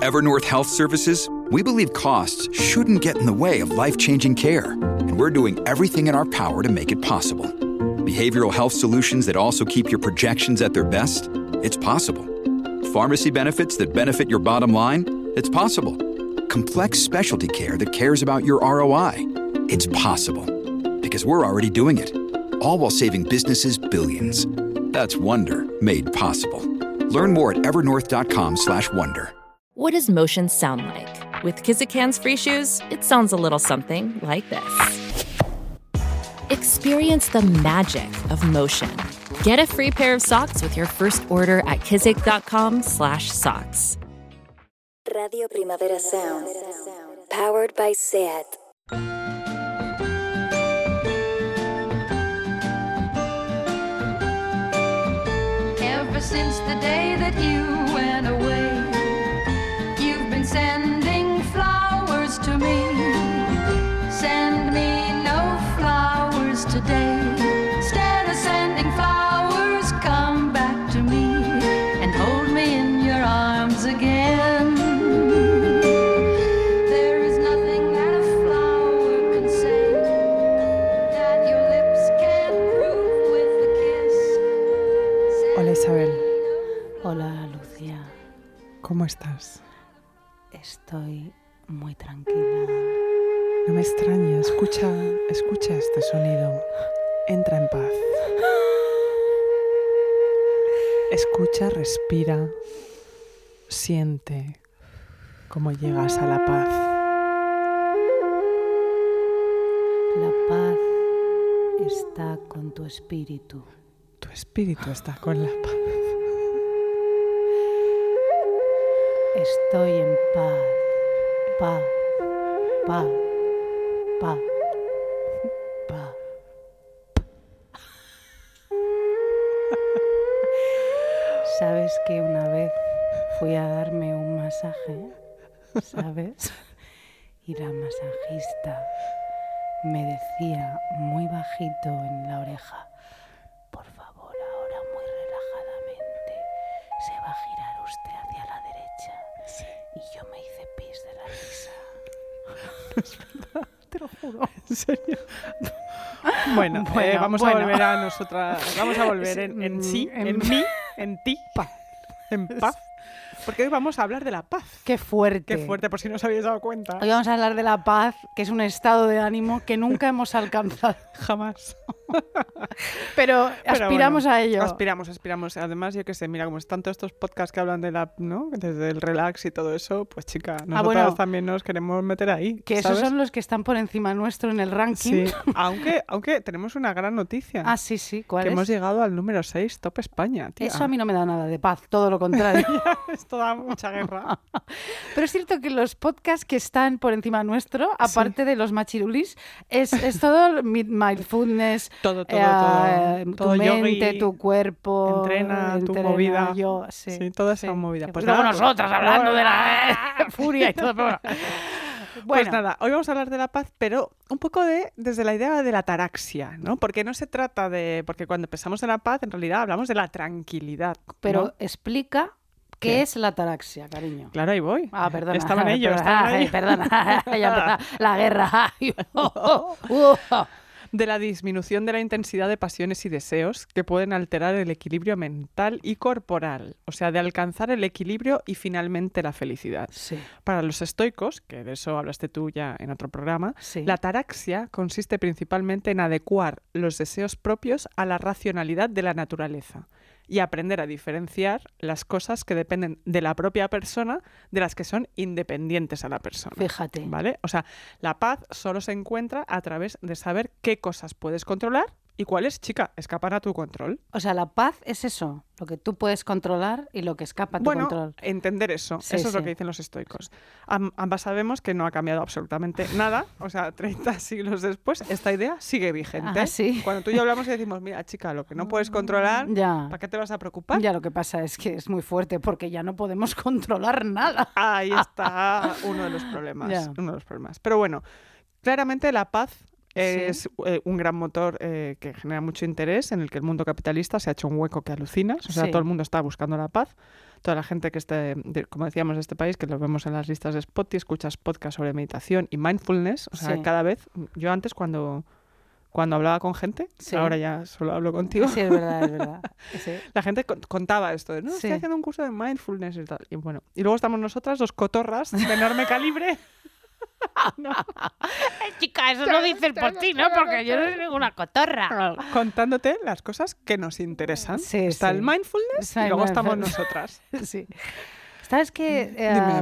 Evernorth Health Services, we believe costs shouldn't get in the way of life-changing care, and we're doing everything in our power to make it possible. Behavioral health solutions that also keep your projections at their best? It's possible. Pharmacy benefits that benefit your bottom line? It's possible. Complex specialty care that cares about your ROI? It's possible. Because we're already doing it. All while saving businesses billions. That's Wonder made possible. Learn more at evernorth.com/wonder. What does motion sound like? With Kizikans free shoes, it sounds a little something like this. Experience the magic of motion. Get a free pair of socks with your first order at kizik.com/socks. Radio Primavera Sound. Powered by SEAT. Ever since the day that you went away, you've been sending flowers to me. Send me no flowers today. Instead of sending flowers, come back to me and hold me in your arms again. There is nothing that a flower can say that your lips can't prove with a kiss. Hola Isabel, Hola Lucía, ¿cómo estás? estoy muy tranquila. No me extraña, escucha este sonido. Entra en paz. Escucha, respira, siente cómo llegas a la paz. La paz está con tu espíritu. Tu espíritu está con la paz. Estoy en paz, paz, paz, paz, paz. ¿Sabes que una vez fui a darme un masaje? ¿Sabes? Y la masajista me decía muy bajito en la oreja: por favor, ahora muy relajadamente, se va a girar usted hacia la derecha. Sí. Y yo me hice pis de la risa. No es verdad, te lo juro. ¿En serio? Bueno, vamos a volver a nosotras. Vamos a volver en sí, en mí, en ti, en paz. Porque hoy vamos a hablar de la paz. ¡Qué fuerte! Qué fuerte, por si no os habéis dado cuenta. Hoy vamos a hablar de la paz, que es un estado de ánimo que nunca hemos alcanzado. Jamás. Pero aspiramos bueno, a ello. Aspiramos. Además, yo qué sé, mira, como están todos estos podcasts que hablan de la, ¿no? Desde el relax y todo eso, pues chica, nosotras también nos queremos meter ahí. Que ¿sabes? esos son los que están por encima nuestro en el ranking. Sí, aunque tenemos una gran noticia. Ah, sí, ¿cuál que es? hemos llegado al número 6, Top España, tía. Eso a mí no me da nada de paz, todo lo contrario. Esto da mucha guerra. Pero es cierto que los podcasts que están por encima nuestro, aparte de los machirulis, es todo mindfulness, todo. tu Yogi, mente, tu cuerpo, entrena tu movida. Yo, sí, toda esa movida. Pues luego nosotras hablando de la furia y todo. Bueno, pues nada, hoy vamos a hablar de la paz, pero un poco desde la idea de la ataraxia, ¿no? Porque no se trata de... Porque cuando pensamos en la paz, en realidad hablamos de la tranquilidad, ¿no? Pero explica... ¿Qué es la ataraxia, cariño? Claro, ahí voy. Perdona. Estaban ellos. Perdona, ya la guerra. De la disminución de la intensidad de pasiones y deseos que pueden alterar el equilibrio mental y corporal. O sea, de alcanzar el equilibrio y finalmente la felicidad. Sí. Para los estoicos, que de eso hablaste tú ya en otro programa, sí. La ataraxia consiste principalmente en adecuar los deseos propios a la racionalidad de la naturaleza y aprender a diferenciar las cosas que dependen de la propia persona de las que son independientes a la persona. Fíjate. ¿Vale? O sea, la paz solo se encuentra a través de saber qué cosas puedes controlar y cuáles, chica, escapan a tu control. O sea, la paz es eso, lo que tú puedes controlar y lo que escapa a tu control. Entender eso. Sí, eso es lo que dicen los estoicos. Ambas sabemos que no ha cambiado absolutamente nada. O sea, 30 siglos después, esta idea sigue vigente. ¿Sí? Cuando tú y yo hablamos y decimos, mira, chica, lo que no puedes controlar, ¿para qué te vas a preocupar? Ya, lo que pasa es que es muy fuerte porque ya no podemos controlar nada. Ahí está uno de los problemas. Pero bueno, claramente la paz Es un gran motor que genera mucho interés, en el que el mundo capitalista se ha hecho un hueco que alucinas. O sea, todo el mundo está buscando la paz. Toda la gente que esté, como decíamos, de este país, que lo vemos en las listas de Spotify, escuchas podcasts sobre meditación y mindfulness. O sea, cada vez, yo antes cuando hablaba con gente, ahora ya solo hablo contigo. Sí, es verdad, es verdad. Sí. La gente contaba esto de, no, estoy haciendo un curso de mindfulness y tal. Y bueno, y luego estamos nosotras, dos cotorras de enorme calibre. No. Chica, eso lo dices por ti, ¿no? Porque yo no soy ninguna cotorra. Contándote las cosas que nos interesan. Está el mindfulness y luego estamos nosotras. Sí. ¿Sabes que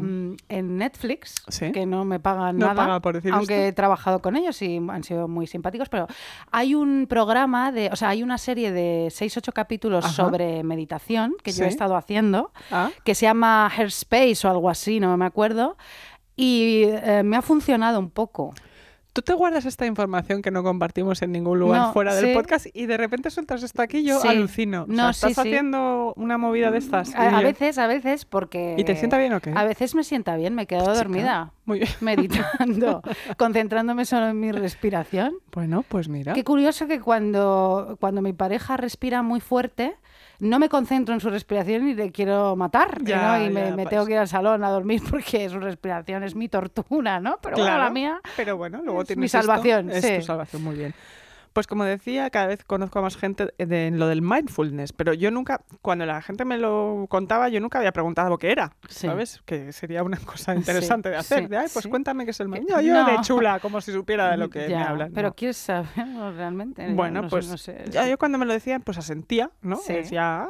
en Netflix, que no me pagan nada, paga por decir aunque esto. he trabajado con ellos y han sido muy simpáticos, pero hay un programa, hay una serie de 6-8 capítulos sobre meditación que yo he estado haciendo, que se llama Headspace o algo así, no me acuerdo, y me ha funcionado un poco. Tú te guardas esta información que no compartimos en ningún lugar fuera del podcast y de repente sueltas esto aquí y yo alucino. ¿Estás haciendo una movida de estas? A veces, porque... ¿Y te sienta bien o qué? A veces me sienta bien, me quedo dormida. Muy bien. Meditando, concentrándome solo en mi respiración. Bueno, pues mira. Qué curioso que cuando mi pareja respira muy fuerte, no me concentro en su respiración y le quiero matar, ¿no? Y me tengo que ir al salón a dormir porque su respiración es mi tortura, ¿no? Pero bueno, la mía... Pero bueno, luego tienes mi salvación. Es tu salvación, muy bien. Pues como decía, cada vez conozco a más gente en lo del mindfulness, pero yo nunca, cuando la gente me lo contaba, yo nunca había preguntado qué era, ¿sabes? Que sería una cosa interesante de hacer. Pues cuéntame qué es el mindfulness. Yo de chula, como si supiera de lo que me hablan. Pero ¿quieres saberlo realmente? Bueno, pues no sé. Yo cuando me lo decían, pues asentía, ¿no? Sí. Decía,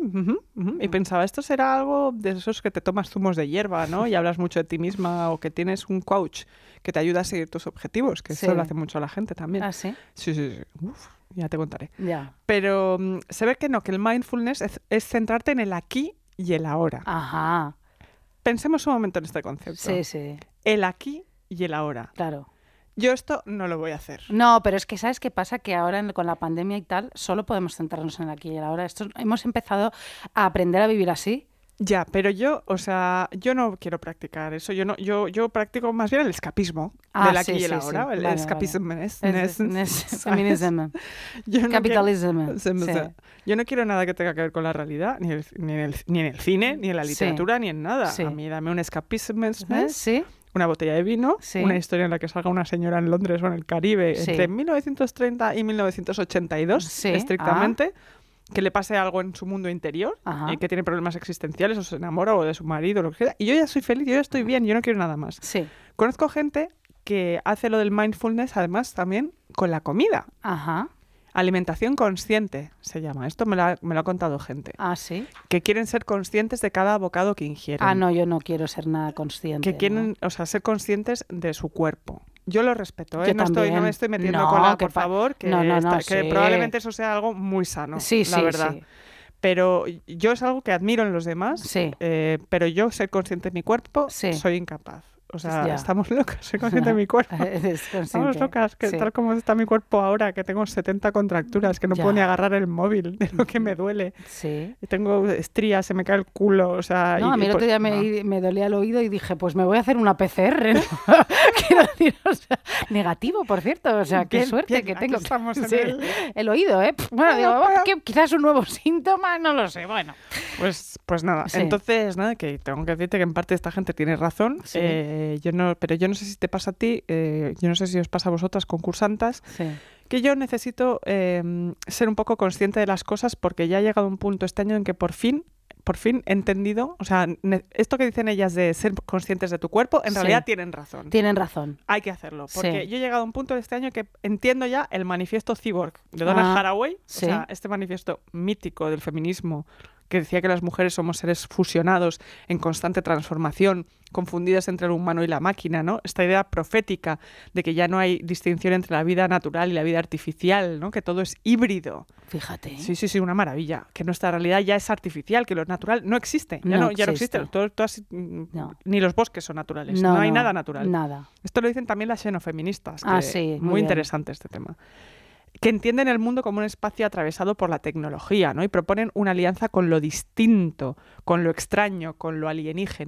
y pensaba, esto será algo de esos que te tomas zumos de hierba, ¿no? Y hablas mucho de ti misma o que tienes un coach que te ayuda a seguir tus objetivos, que eso lo hace mucho a la gente también. ¿Ah, sí? Sí. Uf, ya te contaré. Ya. Pero se ve que no, que el mindfulness es centrarte en el aquí y el ahora. Ajá. Pensemos un momento en este concepto. Sí. El aquí y el ahora. Claro. Yo esto no lo voy a hacer. No, pero es que ¿sabes qué pasa? Que ahora con la pandemia y tal, solo podemos centrarnos en el aquí y el ahora. Hemos empezado a aprender a vivir así. Ya, pero yo no quiero practicar eso. Yo practico más bien el escapismo del aquí y el ahora. El escapismo. Feminismo. Capitalismo. Yo no quiero nada que tenga que ver con la realidad, ni en el cine, ni en la literatura, ni en nada. A mí dame un escapismo. Una botella de vino, una historia en la que salga una señora en Londres o en el Caribe entre 1930 y 1982, estrictamente. Que le pase algo en su mundo interior, que tiene problemas existenciales, o se enamora o de su marido, o lo que sea. Y yo ya soy feliz, yo ya estoy bien, yo no quiero nada más. Sí. Conozco gente que hace lo del mindfulness, además, también con la comida. Ajá. Alimentación consciente se llama. Esto me lo ha contado gente. Ah, ¿sí? Que quieren ser conscientes de cada bocado que ingieren. Ah, no, yo no quiero ser nada consciente. Que quieren, ser conscientes de su cuerpo. Yo lo respeto, Yo no me estoy metiendo con la, por favor, que probablemente eso sea algo muy sano, la verdad. Sí. Pero yo es algo que admiro en los demás, pero yo ser consciente de mi cuerpo soy incapaz. O sea, estamos locas, soy consciente de mi cuerpo. Estamos locas, que tal como está mi cuerpo ahora, que tengo 70 contracturas, que no puedo ni agarrar el móvil de lo que me duele. Sí. Y tengo estrías, se me cae el culo, o sea... No, a mí el otro día me dolía el oído y dije, pues me voy a hacer una PCR, ¿no? Quiero decir, negativo, por cierto, o sea, qué suerte que tengo. Estamos en el oído, ¿eh? Bueno, digo, quizás un nuevo síntoma, no lo sé, bueno. Pues nada, entonces, nada, que tengo que decirte que en parte esta gente tiene razón, pero yo no sé si te pasa a ti, yo no sé si os pasa a vosotras concursantas, que yo necesito ser un poco consciente de las cosas porque ya ha llegado un punto este año en que por fin he entendido, o sea, esto que dicen ellas de ser conscientes de tu cuerpo, en realidad tienen razón. Tienen razón. Hay que hacerlo, porque yo he llegado a un punto de este año que entiendo ya el manifiesto Cyborg de Donna Haraway, o sea, este manifiesto mítico del feminismo que decía que las mujeres somos seres fusionados en constante transformación, confundidas entre el humano y la máquina, ¿no? Esta idea profética de que ya no hay distinción entre la vida natural y la vida artificial, ¿no? Que todo es híbrido. Fíjate. Sí, una maravilla. Que nuestra realidad ya es artificial, que lo natural no existe. Ya no existe. Ni los bosques son naturales. No hay nada natural. Nada. Esto lo dicen también las xenofeministas. Muy interesante este tema. Que entienden el mundo como un espacio atravesado por la tecnología, ¿no? Y proponen una alianza con lo distinto, con lo extraño, con lo alienígena.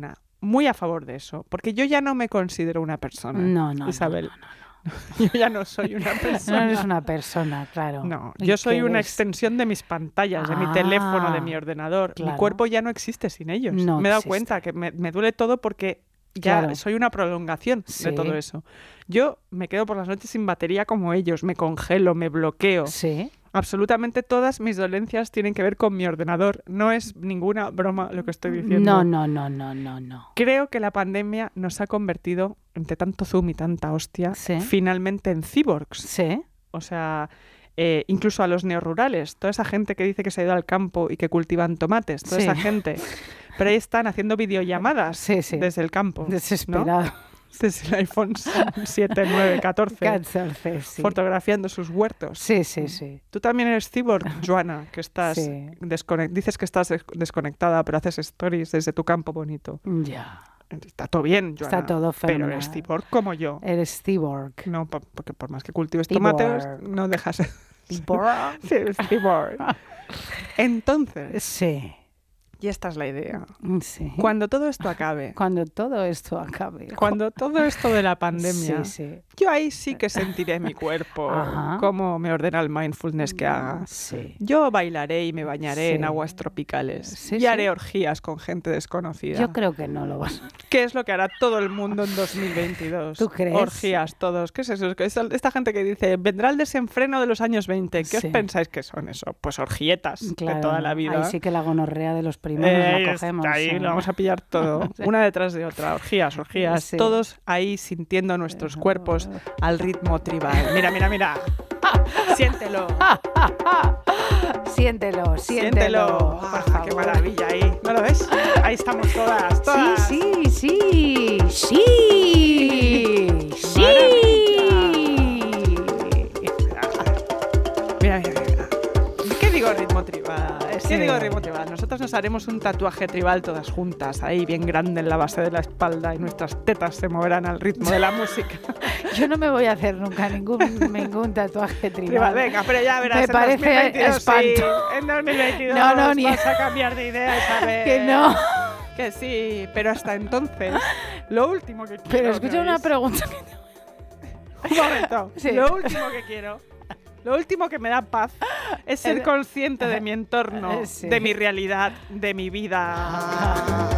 muy a favor de eso, porque yo ya no me considero una persona, Isabel. No. Yo ya no soy una persona. No eres una persona, claro. No, yo soy una extensión de mis pantallas, de mi teléfono, de mi ordenador. Claro. Mi cuerpo ya no existe sin ellos. No me he dado existe. cuenta que me duele todo porque ya soy una prolongación de todo eso. Yo me quedo por las noches sin batería como ellos, me congelo, me bloqueo. Sí. Absolutamente todas mis dolencias tienen que ver con mi ordenador. No es ninguna broma lo que estoy diciendo. No. Creo que la pandemia nos ha convertido, entre tanto Zoom y tanta hostia, finalmente en cyborgs. Sí. O sea, incluso a los neorurales, toda esa gente que dice que se ha ido al campo y que cultivan tomates, toda esa gente. Pero ahí están haciendo videollamadas desde el campo. Desesperado. ¿no? Desde el iPhone 7, 9, 14. Fotografiando sus huertos. Sí. Tú también eres cyborg, Joana, que estás dices que estás desconectada, pero haces stories desde tu campo bonito. Ya. Está todo bien, Joana. Está todo fenomenal. Pero eres cyborg como yo. Eres cyborg. No, porque por más que cultives tomates, no dejas... ¿Cyborg? Sí, eres cyborg. Entonces... Sí. Y esta es la idea. Sí. Cuando todo esto acabe. Cuando todo esto acabe. Cuando todo esto de la pandemia. Yo ahí sí que sentiré mi cuerpo. Cómo me ordena el mindfulness que haga. Sí. Yo bailaré y me bañaré en aguas tropicales. Y haré orgías con gente desconocida. Yo creo que no lo vas a hacer. ¿Qué es lo que hará todo el mundo en 2022? ¿Tú crees? Orgías, todos. ¿Qué es eso? Esta gente que dice, vendrá el desenfreno de los años 20. ¿Qué os pensáis que son eso? Pues orgietas de toda la vida. Ahí sí que la gonorrea de los primos la cogemos. Ahí lo vamos a pillar todo, una detrás de otra. Orgías. Todos ahí sintiendo nuestros cuerpos al ritmo tribal. Mira. Siéntelo. Siéntelo. Por favor. Qué maravilla ahí. ¿No lo ves? Ahí estamos todas. Sí. Mira. ¿Qué digo ritmo tribal? ¿Qué digo ritmo tribal? Nosotros nos haremos un tatuaje tribal todas juntas, ahí bien grande en la base de la espalda y nuestras tetas se moverán al ritmo de la música. Yo no me voy a hacer nunca ningún tatuaje tribal. Venga, pero ya verás. Me parece espanto. En 2022 no, ni vas a cambiar de idea, Isabel. Que no. Que sí, pero hasta entonces, lo último que quiero... Pero escucha una pregunta. Un momento. Sí. Lo último que me da paz es ser consciente de mi entorno, de mi realidad, de mi vida.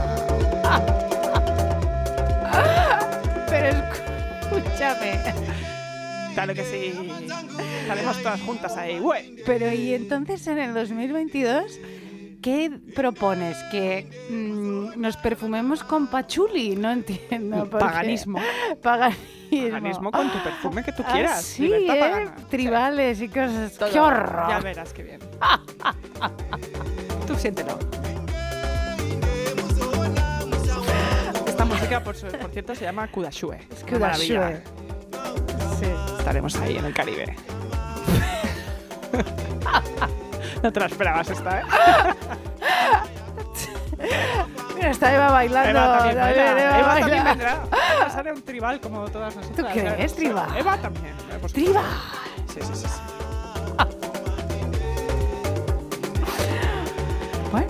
Pero escúchame. Claro que sí. Estaremos todas juntas ahí. Pero y entonces en el 2022, ¿qué propones? ¿Que nos perfumemos con pachuli? No entiendo. Paganismo. Paganismo con tu perfume que tú quieras. Sí, tribales y cosas. Todo. ¡Qué horror! Ya verás qué bien. Tú siéntelo. Esta música, por cierto, se llama Kudashue. Es Kudashue. Sí. Estaremos ahí en el Caribe. No te la esperabas esta, ¿eh? Mira, está Eva bailando. Eva también vendrá. Nos hará un tribal como todas nosotras. ¿Tú crees? ¿Tribal? Eva también. ¿Tribal? Sí. Bueno.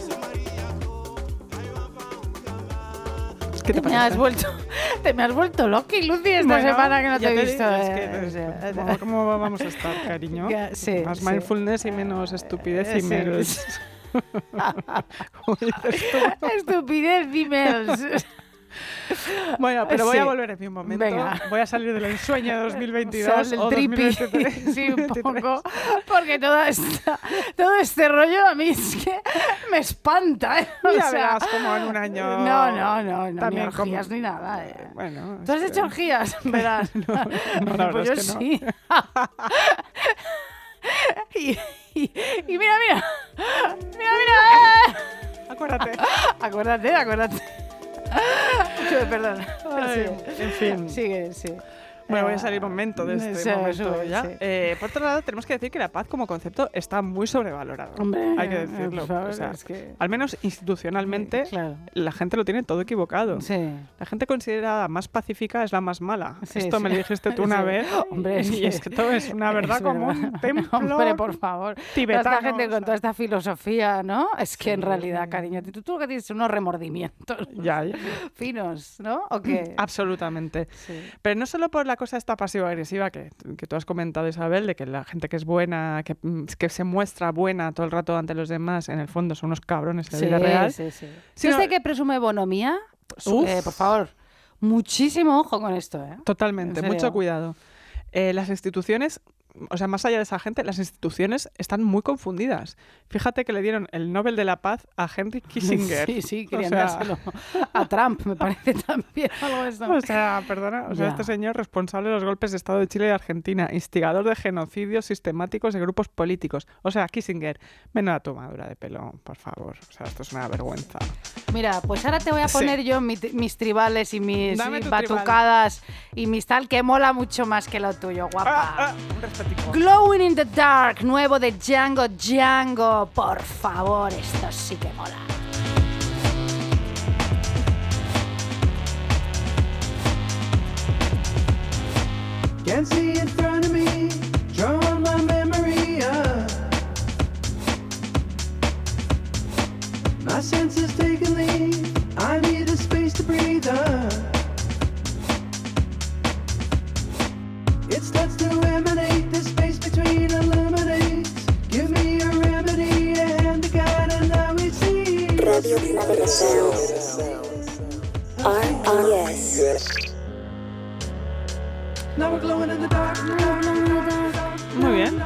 ¿Qué te parece? Te me has vuelto loca, Lucy, esta semana que no te he visto. ¿Cómo vamos a estar, cariño? Sí, más mindfulness y menos estupidez y menos... Estupidez y menos... Bueno, pero voy a volver en mi momento. Venga. Voy a salir del ensueño de 2022 o 2023. Sí, un poco. Porque todo este rollo a mí es que me espanta, ¿eh? Ya verás como en un año... No, ni orgías ni nada. Bueno, ¿tú has hecho orgías? Verás. No, la verdad pues yo es que sí. Y mira. Acuérdate. Perdón. Ay, en fin. Sigue, sí. Bueno, voy a salir un momento de este momento ya. Sí. Por otro lado, tenemos que decir que la paz como concepto está muy sobrevalorado. Hombre, hay que decirlo. Favor, o sea, es que... Al menos institucionalmente, claro. La gente lo tiene todo equivocado. Sí. La gente considerada más pacífica es la más mala. Sí, esto me lo dijiste tú una vez. Hombre, es que todo es una verdad como un templo. Hombre, por favor. Tibetano, toda esta gente con toda esta filosofía, ¿no? Es que en realidad, cariño, tú lo que tienes unos remordimientos. Ya. Finos, ¿no? ¿O qué? Absolutamente. Sí. Pero no solo por la cosa esta pasivo-agresiva que tú has comentado, Isabel, de que la gente que es buena, que se muestra buena todo el rato ante los demás, en el fondo son unos cabrones de la vida real. Sí. Si usted que presume bonomía, pues, por favor, muchísimo ojo con esto, ¿eh? Totalmente, mucho cuidado. Las instituciones, o sea, más allá de esa gente, las instituciones están muy confundidas. Fíjate que le dieron el Nobel de la Paz a Henry Kissinger. Sí, querían dárselo a Trump, me parece también algo de eso. O sea, perdona, este señor responsable de los golpes de Estado de Chile y Argentina, instigador de genocidios sistemáticos de grupos políticos. O sea, Kissinger, menuda tomadura de pelo, por favor. O sea, esto es una vergüenza. Mira, pues ahora te voy a poner yo mis tribales y mis batucadas tribal. Y mis tal, que mola mucho más que lo tuyo, guapa. Un respetico. Glowing in the Dark, nuevo de Django. Por favor, esto sí que mola. Can't see in front of me, drawing my memory up. My senses taking leave, I need a space to breathe up. It starts to emanate, the space between illuminates. Give me a remedy and a guide, and now we see. Radio Primavera Sound. RPS. Now we're glowing in the dark. Muy bien.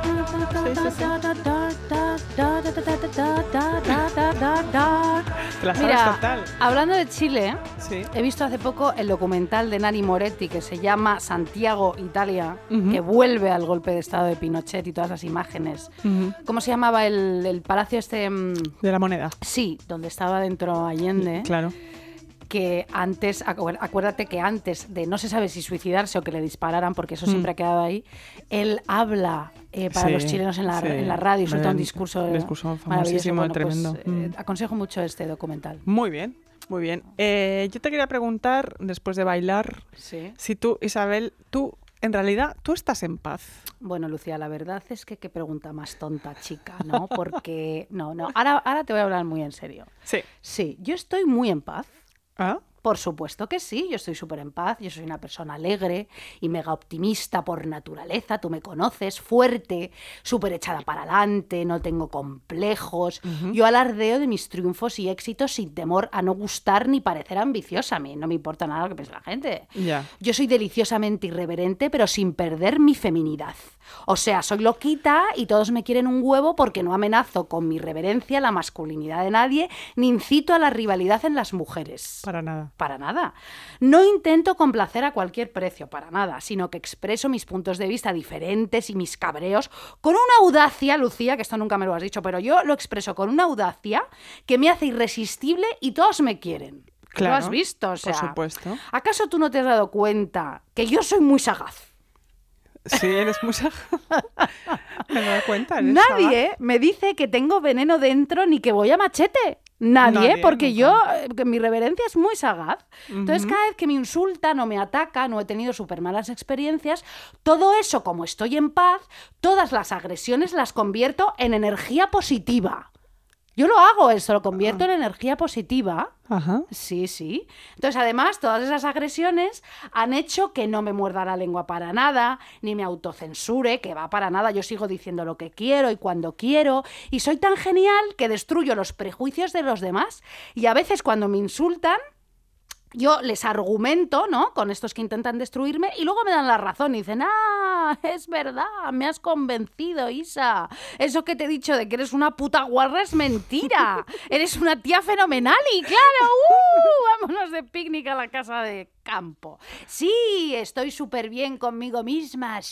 Te la sabes Mira, total. Hablando de Chile, Sí. he visto hace poco el documental de Nani Moretti que se llama Santiago, Italia, que vuelve al golpe de estado de Pinochet y todas las imágenes. ¿Cómo se llamaba el palacio este? De la Moneda. Sí, donde estaba dentro Allende. Claro. Que antes, acuérdate que antes de no se sabe si suicidarse o que le dispararan, porque eso siempre ha quedado ahí, él habla para los chilenos en la radio, suelta un discurso famosísimo, bueno, tremendo. Pues, aconsejo mucho este documental. Muy bien. Yo te quería preguntar, después de bailar, si tú, Isabel, en realidad, ¿tú estás en paz? Bueno, Lucía, la verdad es que qué pregunta más tonta, chica, ¿no? Porque, no, ahora te voy a hablar muy en serio. Sí, yo estoy muy en paz. ¿Ah? Por supuesto que sí, yo estoy súper en paz, yo soy una persona alegre y mega optimista por naturaleza, tú me conoces, fuerte, súper echada para adelante, no tengo complejos, yo alardeo de mis triunfos y éxitos sin temor a no gustar ni parecer ambiciosa, a mí no me importa nada lo que piense la gente. Yo soy deliciosamente irreverente pero sin perder mi feminidad, o sea, soy loquita y todos me quieren un huevo porque no amenazo con mi reverencia la masculinidad de nadie ni incito a la rivalidad en las mujeres. Para nada. No intento complacer a cualquier precio, para nada, sino que expreso mis puntos de vista diferentes y mis cabreos con una audacia, Lucía, que esto nunca me lo has dicho, pero yo lo expreso con una audacia que me hace irresistible y todos me quieren. Claro, ¿lo has visto? O sea, por supuesto. ¿Acaso tú no te has dado cuenta que yo soy muy sagaz? Sí, eres muy sagaz. Me doy cuenta. Nadie sagaz. me dice que tengo veneno dentro ni que voy a machete. Nadie, porque nunca. Mi reverencia es muy sagaz. Entonces, cada vez que me insultan o me atacan o he tenido súper malas experiencias, todo eso, como estoy en paz, todas las agresiones las convierto en energía positiva. Yo lo hago eso, lo convierto en energía positiva. Ajá. Sí. Entonces, además, todas esas agresiones han hecho que no me muerda la lengua para nada, ni me autocensure, que va para nada. Yo sigo diciendo lo que quiero y cuando quiero. Y soy tan genial que destruyo los prejuicios de los demás. Y a veces cuando me insultan, yo les argumento, ¿no?, con estos que intentan destruirme y luego me dan la razón y dicen, es verdad, me has convencido, Isa. Eso que te he dicho de que eres una puta guarra es mentira. Eres una tía fenomenal y claro, vámonos de picnic a la casa de campo. Sí, estoy súper bien conmigo misma.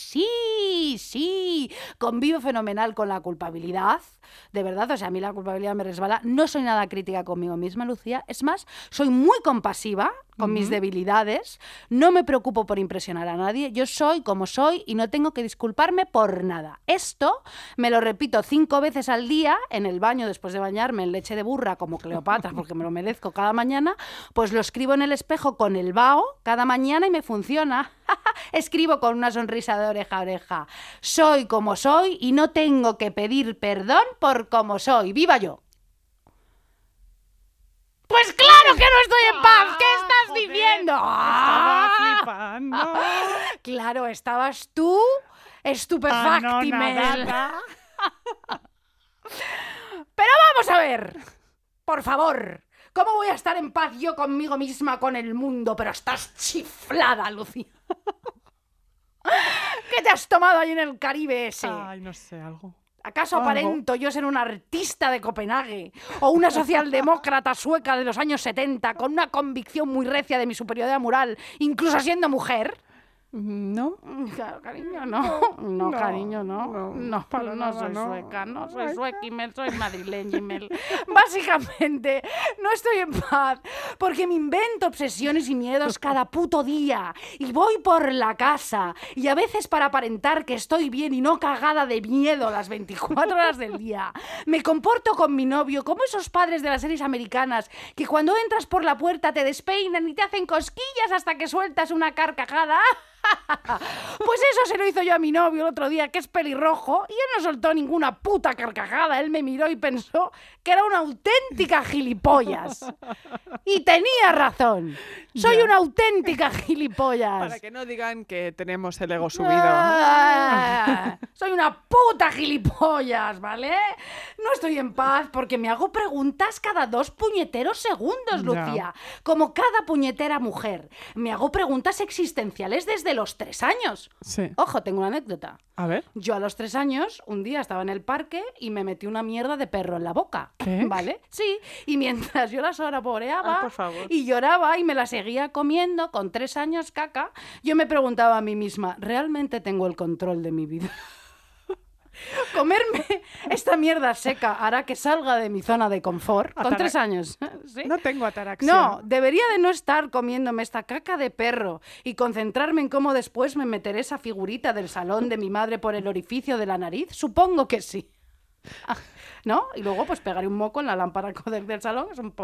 Sí, convivo fenomenal con la culpabilidad. De verdad, o sea, a mí la culpabilidad me resbala. No soy nada crítica conmigo misma, Lucía. Es más, soy muy compasiva con mis debilidades, no me preocupo por impresionar a nadie, yo soy como soy y no tengo que disculparme por nada. Esto me lo repito 5 veces al día en el baño después de bañarme en leche de burra como Cleopatra, porque me lo merezco cada mañana, pues lo escribo en el espejo con el vaho cada mañana y me funciona. Escribo con una sonrisa de oreja a oreja. Soy como soy y no tengo que pedir perdón por como soy. ¡Viva yo! Pues claro que no estoy en paz. ¿Qué estás diciendo? Estaba flipando. Claro, estabas tú estupefactimel. Pero vamos a ver. Por favor. ¿Cómo voy a estar en paz yo conmigo misma, con el mundo? Pero estás chiflada, Lucía. ¿Qué te has tomado ahí en el Caribe ese? Ay, no sé, algo. ¿Acaso aparento yo ser una artista de Copenhague o una socialdemócrata sueca de los años 70 con una convicción muy recia de mi superioridad moral, incluso siendo mujer? ¿No? Claro, cariño, no. No, cariño, no. No, para no nada, soy no. sueca, no soy suequimel, soy madrileñimel. Básicamente, no estoy en paz porque me invento obsesiones y miedos cada puto día y voy por la casa y a veces para aparentar que estoy bien y no cagada de miedo las 24 horas del día, me comporto con mi novio como esos padres de las series americanas que cuando entras por la puerta te despeinan y te hacen cosquillas hasta que sueltas una carcajada. Pues eso se lo hizo yo a mi novio el otro día, que es pelirrojo, y él no soltó ninguna puta carcajada. Él me miró y pensó que era una auténtica gilipollas. Y tenía razón. Soy una auténtica gilipollas. Para que no digan que tenemos el ego subido. Soy una puta gilipollas, ¿vale? No estoy en paz porque me hago preguntas cada 2 puñeteros segundos, Lucía. Como cada puñetera mujer. Me hago preguntas existenciales desde los 3 años. Sí. Ojo, tengo una anécdota. A ver. Yo a los 3 años, un día estaba en el parque y me metí una mierda de perro en la boca. ¿Qué? ¿Vale? Sí. Y mientras yo la saboreaba por favor. y lloraba y me la seguía comiendo con 3 años caca, yo me preguntaba a mí misma, ¿realmente tengo el control de mi vida? Comerme esta mierda seca hará que salga de mi zona de confort. Con 3 años. ¿Sí? No tengo ataraxia. No, debería de no estar comiéndome esta caca de perro y concentrarme en cómo después me meteré esa figurita del salón de mi madre por el orificio de la nariz. Supongo que sí. ¿No? Y luego pues pegaré un moco en la lámpara del salón. Es un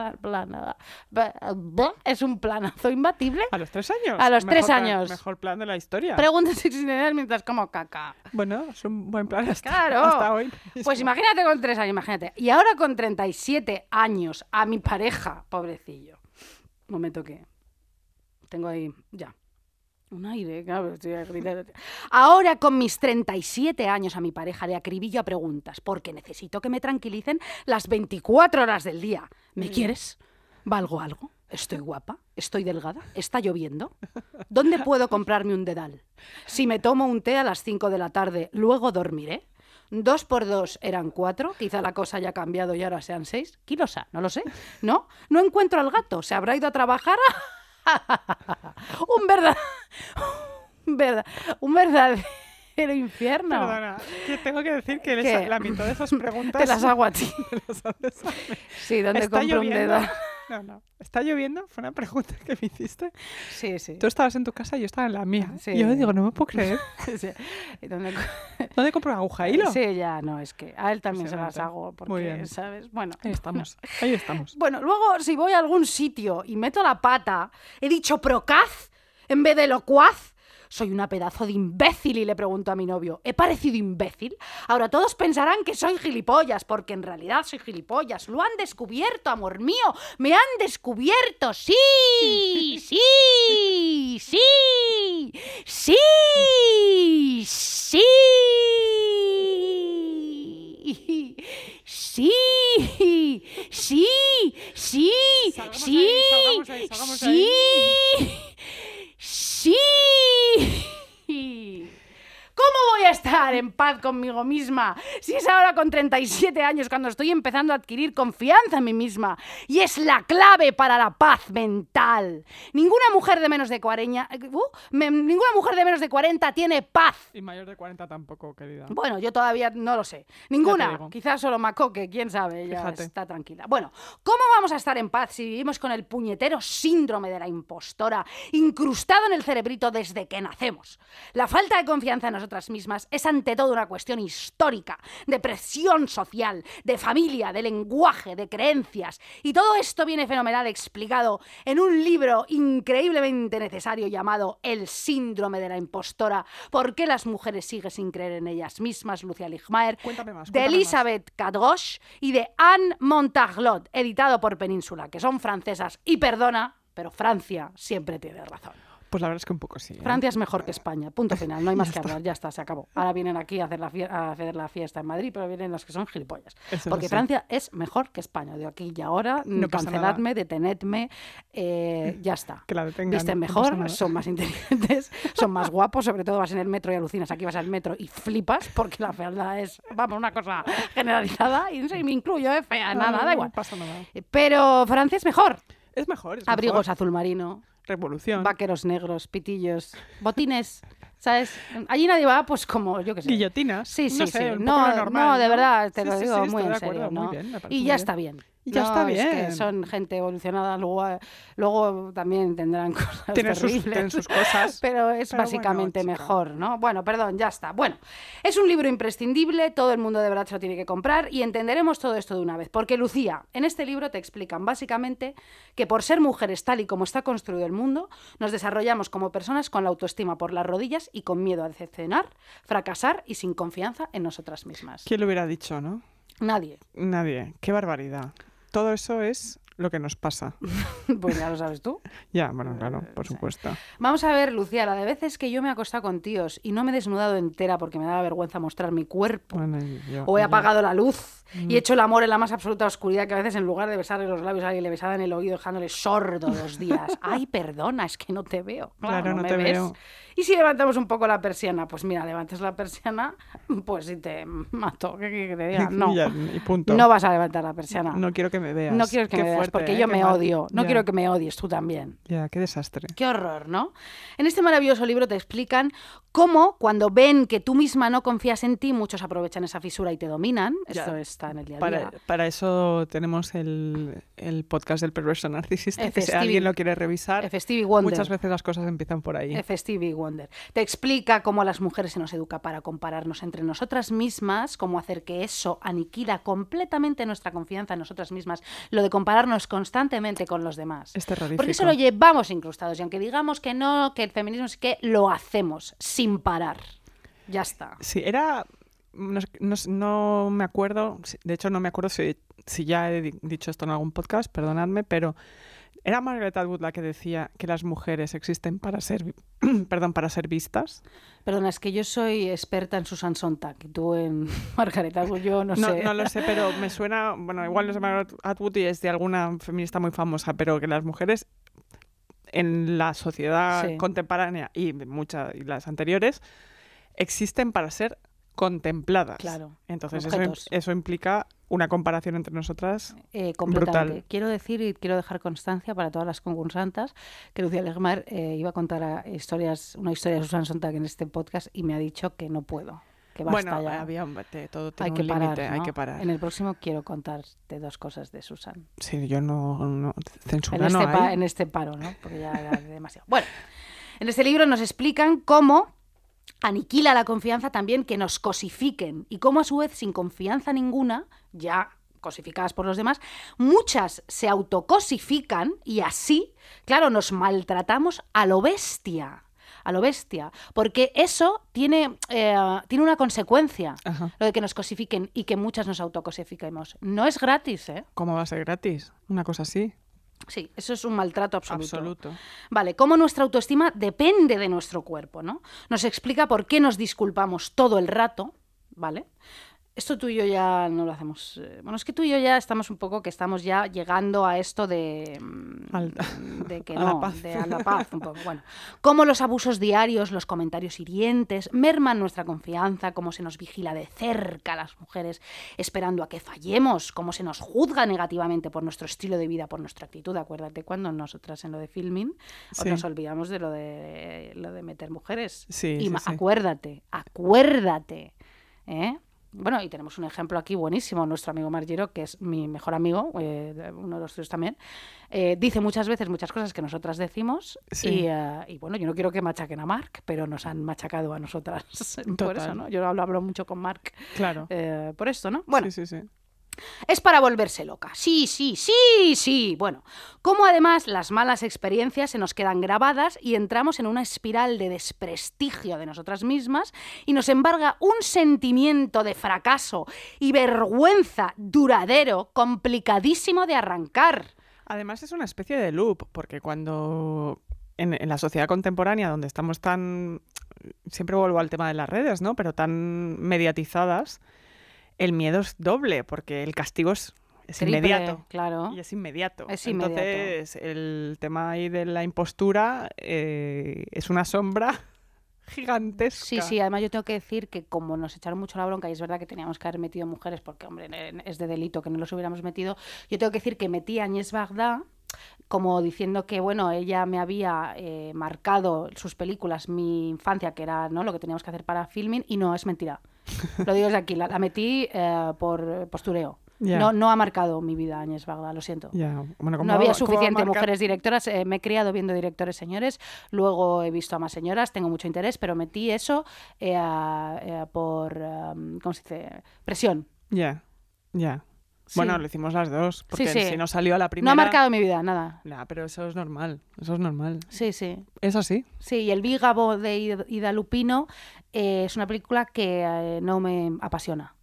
es un planazo imbatible. ¿A los 3 años? A los 3 Mejor años. Mejor plan de la historia. Preguntas existenciales mientras como caca. Bueno, es un buen plan Claro. hasta hoy. Pues imagínate con 3 años, imagínate. Y ahora con 37 años, a mi pareja, pobrecillo. Un momento que tengo ahí, ya. Un aire, claro, estoy gritando. Ahora con mis 37 años a mi pareja le acribillo a preguntas porque necesito que me tranquilicen las 24 horas del día. ¿Me quieres? ¿Valgo algo? ¿Estoy guapa? ¿Estoy delgada? ¿Está lloviendo? ¿Dónde puedo comprarme un dedal? Si me tomo un té a las 5 de la tarde, ¿luego dormiré? 2 por 2 eran 4, quizá la cosa haya cambiado y ahora sean 6. Kilosa, no lo sé. ¿No? No encuentro al gato, ¿se habrá ido a trabajar? Un verdadero infierno. Perdona, que tengo que decir que ¿Qué? la mitad de esas preguntas Te las hago a ti. me las haces a mí. Sí, ¿dónde ¿Está compro un lloviendo? dedal? No. ¿Está lloviendo? Fue una pregunta que me hiciste. Sí, sí. Tú estabas en tu casa y yo estaba en la mía. Sí. Y yo digo, no me puedo creer. Sí. ¿Y dónde ¿Dónde compro aguja hilo? Sí, ya, no, es que a él también se las Impresionante. hago porque, Muy bien. ¿sabes? Bueno. Ahí estamos. Ahí estamos. Bueno, luego si voy a algún sitio y meto la pata, he dicho procaz en vez de locuaz. Soy una pedazo de imbécil y le pregunto a mi novio, ¿he parecido imbécil? Ahora todos pensarán que soy gilipollas, porque en realidad soy gilipollas. Lo han descubierto, amor mío. Me han descubierto. Sí, sí, sí, sí, sí, sí, sí, sí, Salgamos sí, ahí, salgamos sí. ahí. ¡Sí! ¿Cómo voy a estar estar en paz conmigo misma? Si es ahora con 37 años cuando estoy empezando a adquirir confianza en mí misma. Y es la clave para la paz mental. Ninguna mujer de menos de 40, ninguna mujer de menos de 40 tiene paz. Y mayor de 40 tampoco, querida. Bueno, yo todavía no lo sé. Ninguna. Quizás solo Macoque, quién sabe, ella está tranquila. Bueno, ¿cómo vamos a estar en paz si vivimos con el puñetero síndrome de la impostora incrustado en el cerebrito desde que nacemos? La falta de confianza en nosotras mismas es ante todo una cuestión histórica, de presión social, de familia, de lenguaje, de creencias. Y todo esto viene fenomenal explicado en un libro increíblemente necesario llamado El síndrome de la impostora. ¿Por qué las mujeres siguen sin creer en ellas mismas? Lucia Ligmaer, de Elisabeth Cadroche y de Anne Montaglot, editado por Península, que son francesas. Y perdona, pero Francia siempre tiene razón. Pues la verdad es que un poco sí. Francia es mejor que España, punto final, no hay más que hablar, ya está, se acabó. Ahora vienen aquí a hacer la fiesta en Madrid, pero vienen los que son gilipollas. Porque Francia es mejor que España, de aquí y ahora, no canceladme, detenedme, ya está. Que la detengan, visten mejor, son más inteligentes, son más guapos, sobre todo vas en el metro y alucinas, aquí vas al metro y flipas, porque la fealdad es, vamos, una cosa generalizada, y me incluyo, fea, nada, da igual. No pasa nada. Pero Francia es mejor. Es mejor, es Abrigos mejor. azul marino. Revolución. Vaqueros negros, pitillos, botines, ¿sabes? Allí nadie va, pues como, yo qué sé. Guillotinas. Sí, no sé, un no, poco normal, no, de verdad, te sí, lo sí, digo sí, muy en estoy de serio, acuerdo, ¿no? muy bien, me parece Y muy ya bien. está bien. Y ya está bien. Es que son gente evolucionada, luego también tendrán cosas terribles. Tienen sus cosas. Pero es básicamente bueno, mejor, ¿no? Bueno, perdón, ya está. Bueno, es un libro imprescindible, todo el mundo de verdad se lo tiene que comprar y entenderemos todo esto de una vez. Porque, Lucía, en este libro te explican básicamente que por ser mujeres tal y como está construido el mundo, nos desarrollamos como personas con la autoestima por las rodillas y con miedo a decepcionar, fracasar y sin confianza en nosotras mismas. ¿Quién lo hubiera dicho, no? Nadie. Nadie. Qué barbaridad. Todo eso es lo que nos pasa. Pues ya lo sabes tú. Ya, bueno, claro, por supuesto. Vamos a ver, Lucía, la de veces que yo me he acostado con tíos y no me he desnudado entera porque me daba vergüenza mostrar mi cuerpo, Bueno, o he apagado la luz y he hecho el amor en la más absoluta oscuridad, que a veces en lugar de besarle los labios a alguien le besaba en el oído dejándole sordo 2 días. Ay, perdona, es que no te veo. Claro, no me te ves. veo. Y si levantamos un poco la persiana, pues mira, levantas la persiana, pues si te mato, ¿qué quieres que te diga? No, Y punto. no vas a levantar la persiana. No quiero que me veas. No quiero que Qué me veas, fuerte, porque ¿eh? yo Qué me mal. odio. No Ya. quiero que me odies tú también. Ya, qué desastre. Qué horror, ¿no? En este maravilloso libro te explican cómo, cuando ven que tú misma no confías en ti, muchos aprovechan esa fisura y te dominan. Ya. Esto está en el día a día. Para eso tenemos el podcast del perverso narcisista, que si alguien lo quiere revisar, Stevie Wonder. muchas veces las cosas empiezan por ahí. Stevie Wonder. Te explica cómo a las mujeres se nos educa para compararnos entre nosotras mismas, cómo hacer que eso aniquila completamente nuestra confianza en nosotras mismas, lo de compararnos constantemente con los demás. Es terrorífico. Porque eso lo llevamos incrustados y aunque digamos que no, que el feminismo es que lo hacemos sin parar. Ya está. Sí, era... No me acuerdo, de hecho no me acuerdo si ya he dicho esto en algún podcast, perdonadme, pero era Margaret Atwood la que decía que las mujeres existen para ser, para ser vistas. Perdona, es que yo soy experta en Susan Sontag y tú en Margaret Atwood, yo no sé. No lo sé, pero me suena, bueno, igual no es de Margaret Atwood y es de alguna feminista muy famosa, pero que las mujeres en la sociedad contemporánea y las anteriores existen para ser contempladas. Claro. Entonces objetos. eso implica una comparación entre nosotras completamente. brutal. Quiero decir y quiero dejar constancia para todas las concursantes que Lucía Ligmaer iba a contar una historia de Susan Sontag en este podcast y me ha dicho que no puedo. Que basta bueno, ya. todo tiene Hay que un parar, límite, ¿no? hay que parar. En el próximo quiero contarte 2 cosas de Susan. Sí, yo no censura no hay. En este paro, ¿no? Porque ya era demasiado. Bueno, en este libro nos explican cómo aniquila la confianza también que nos cosifiquen y cómo a su vez sin confianza ninguna, ya cosificadas por los demás, muchas se autocosifican y así, claro, nos maltratamos a lo bestia, porque eso tiene una consecuencia, Ajá. lo de que nos cosifiquen y que muchas nos autocosifiquemos. No es gratis, ¿eh? ¿Cómo va a ser gratis? Una cosa así. Sí, eso es un maltrato absoluto. Absoluto. Vale, cómo nuestra autoestima depende de nuestro cuerpo, ¿no? Nos explica por qué nos disculpamos todo el rato, ¿vale? Esto tú y yo ya no lo hacemos. Bueno, es que tú y yo ya estamos un poco que estamos ya llegando a esto de que a la paz. de a la paz un poco. Bueno, cómo los abusos diarios, los comentarios hirientes merman nuestra confianza, cómo se nos vigila de cerca a las mujeres esperando a que fallemos, cómo se nos juzga negativamente por nuestro estilo de vida, por nuestra actitud. Acuérdate cuando nosotras en lo de filming nos olvidamos de lo de meter mujeres. Sí, y sí. acuérdate. Bueno, y tenemos un ejemplo aquí buenísimo. Nuestro amigo Marc Giró, que es mi mejor amigo, uno de los tuyos también, dice muchas veces muchas cosas que nosotras decimos y bueno, yo no quiero que machaquen a Marc, pero nos han machacado a nosotras por eso, ¿no? Yo hablo mucho con Marc por esto, ¿no? Bueno, Sí. es para volverse loca. Sí. Bueno, como además las malas experiencias se nos quedan grabadas y entramos en una espiral de desprestigio de nosotras mismas y nos embarga un sentimiento de fracaso y vergüenza duradero, complicadísimo de arrancar. Además es una especie de loop, porque cuando en la sociedad contemporánea, donde estamos tan... Siempre vuelvo al tema de las redes, ¿no? Pero tan mediatizadas... El miedo es doble, porque el castigo es Triple, inmediato. Claro. Y es inmediato. Es inmediato. Entonces, el tema ahí de la impostura es una sombra gigantesca. Sí, además yo tengo que decir que como nos echaron mucho la bronca, y es verdad que teníamos que haber metido mujeres, porque, hombre, es de delito que no los hubiéramos metido, yo tengo que decir que metí a Agnès Varda como diciendo que, bueno, ella me había marcado sus películas, mi infancia, que era, ¿no?, lo que teníamos que hacer para filming, y no, es mentira. Lo digo desde aquí, la metí por postureo. Yeah. No ha marcado mi vida Agnès Varda, lo siento. Yeah. Bueno, No había suficiente mujeres directoras. Me he criado viendo directores señores, luego he visto a más señoras, tengo mucho interés, pero metí eso por, ¿cómo se dice? Presión. Ya. Sí. Bueno, lo hicimos las dos, porque Sí. si no salió a la primera... No ha marcado mi vida, nada. Nah, pero eso es normal, Sí. Es así. Sí, y El Bígabo de Ida Lupino es una película que no me apasiona.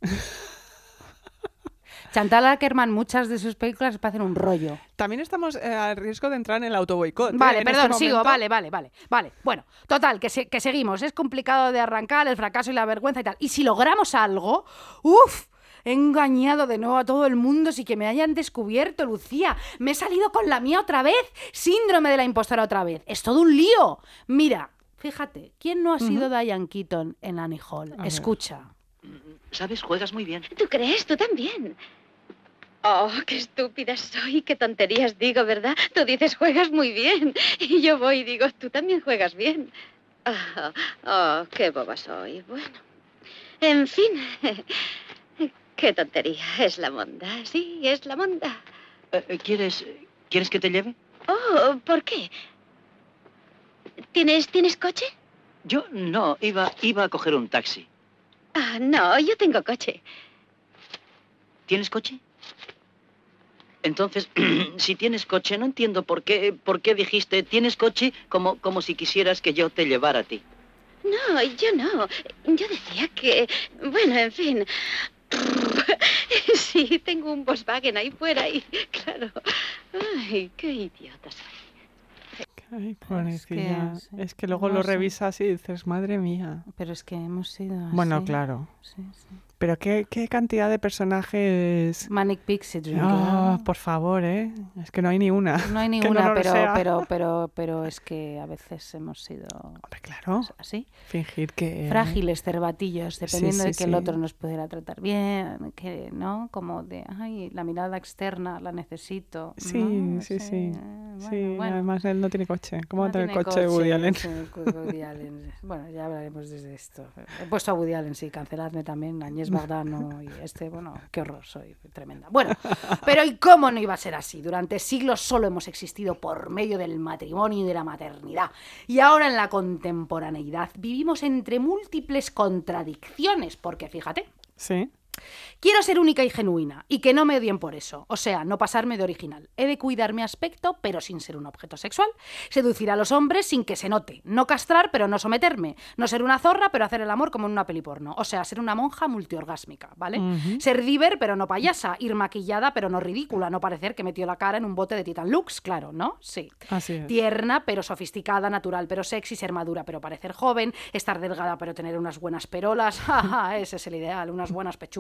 Chantal Akerman, muchas de sus películas parecen un rollo. También estamos a riesgo de entrar en el autoboicot. Vale, en perdón, este sigo, momento. vale. Bueno, total, que seguimos. Es complicado de arrancar, el fracaso y la vergüenza y tal. Y si logramos algo, he engañado de nuevo a todo el mundo sin que me hayan descubierto, Lucía. Me he salido con la mía otra vez. Síndrome de la impostora otra vez. Es todo un lío. Mira, fíjate, ¿quién no ha sido Diane Keaton en Annie Hall? Escucha. ¿Sabes? Juegas muy bien. ¿Tú crees? Tú también. Oh, qué estúpida soy, qué tonterías digo, ¿verdad? Tú dices juegas muy bien y yo voy y digo, tú también juegas bien. Oh, qué boba soy. Bueno, en fin, qué tontería. Es la monda, sí, es la monda. ¿Quieres que te lleve? Oh, ¿por qué? ¿Tienes coche? Yo no, iba a coger un taxi. No, yo tengo coche. ¿Tienes coche? Entonces, si tienes coche, no entiendo por qué dijiste tienes coche como si quisieras que yo te llevara a ti. No, yo no. Yo decía que... Bueno, en fin... Sí, tengo un Volkswagen ahí fuera y... Claro... Ay, qué idiota soy. Ay, pobrecilla. Es que luego no lo sé. revisas y dices, madre mía. Pero es que hemos sido así. Bueno, claro. Sí. Pero qué cantidad de personajes... Manic Pixie Dream Girl. Por favor, ¿eh? Es que no hay ni una. No hay que ninguna, no lo sea. pero es que a veces hemos sido Hombre, claro. así. Fingir que... Frágiles, cervatillos, dependiendo de que el sí. otro nos pudiera tratar bien, que, ¿no? Como de, ay, la mirada externa la necesito. Sí, ¿no? sí. Bueno. Además él no tiene coche. ¿Cómo va a No tener tiene coche Woody Allen? sí, Woody Allen. Bueno, ya hablaremos desde esto. He puesto a Woody Allen, sí, canceladme también, Agnès Varda no, y bueno, qué horror, soy tremenda. Bueno, pero ¿y cómo no iba a ser así? Durante siglos solo hemos existido por medio del matrimonio y de la maternidad. Y ahora en la contemporaneidad vivimos entre múltiples contradicciones, porque fíjate, Sí. quiero ser única y genuina, y que no me odien por eso. O sea, no pasarme de original. He de cuidar mi aspecto, pero sin ser un objeto sexual. Seducir a los hombres sin que se note. No castrar, pero no someterme. No ser una zorra, pero hacer el amor como en una peli porno. O sea, ser una monja multiorgásmica, ¿vale? Ser diver, pero no payasa. Ir maquillada, pero no ridícula. No parecer que metió la cara en un bote de Titan Lux, claro, ¿no? Sí. Así es. Tierna, pero sofisticada. Natural, pero sexy. Ser madura, pero parecer joven. Estar delgada, pero tener unas buenas perolas. Ese es el ideal. Unas buenas pechugas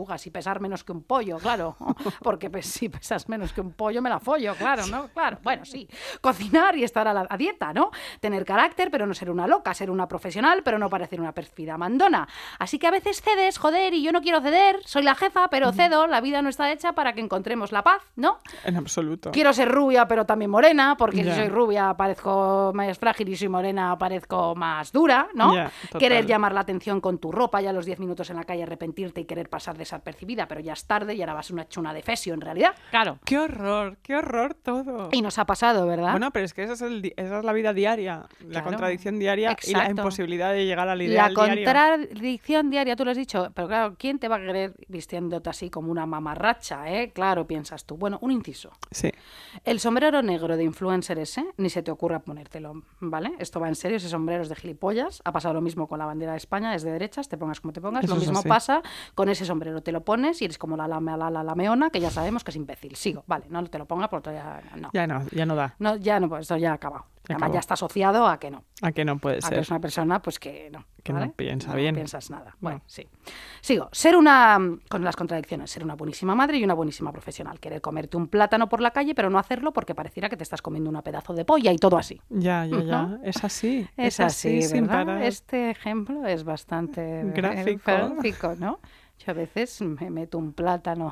pechugas y pesar menos que un pollo, claro. Porque si pesas menos que un pollo, me la follo, claro, ¿no? Claro, bueno, sí. Cocinar y estar a dieta, ¿no? Tener carácter, pero no ser una loca, ser una profesional, pero no parecer una pérfida mandona. Así que a veces cedes, joder, y yo no quiero ceder, soy la jefa, pero cedo, la vida no está hecha para que encontremos la paz, ¿no? En absoluto. Quiero ser rubia, pero también morena, porque Ya. si soy rubia parezco más frágil y soy morena parezco más dura, ¿no? Ya, total. Querer llamar la atención con tu ropa, ya a los 10 minutos en la calle arrepentirte y querer pasar desapercibida, pero ya es tarde y ahora vas a una chuna de fesio, en realidad. Claro. ¡Qué horror todo! Y nos ha pasado, ¿verdad? Bueno, pero es que esa es la vida diaria, la Claro. contradicción diaria y la Exacto. imposibilidad de llegar al La ideal diario. contradicción diaria, tú lo has dicho, pero claro, ¿quién te va a querer vistiéndote así como una mamarracha, eh? Claro, piensas tú. Bueno, un inciso. Sí. El sombrero negro de influencer ese, ni se te ocurra ponértelo, ¿vale? Esto va en serio, ese sombrero es de gilipollas. Ha pasado lo mismo con la bandera de España, es de derechas, te pongas como te pongas. Eso Lo es mismo así. pasa con ese sombrero, te lo pones y eres como la lameona, que ya sabemos que es imbécil. Sigo, vale, no te lo pongas porque ya no. Ya no da. No, ya no, pues esto ya ha acabado. Ya Además acabó. ya está asociado a que no. ¿A que no puede A que ser? es una persona pues que no. Que no ¿vale? piensa No bien. piensas nada. Bueno, No. sí. Sigo. Con las contradicciones, ser una buenísima madre y una buenísima profesional. Querer comerte un plátano por la calle, pero no hacerlo porque pareciera que te estás comiendo una pedazo de polla y todo así. Ya. Ujú. Es así. Es así, sin ¿verdad? parar. Este ejemplo es bastante Gráfico. gráfico, ¿no? Yo a veces me meto un plátano,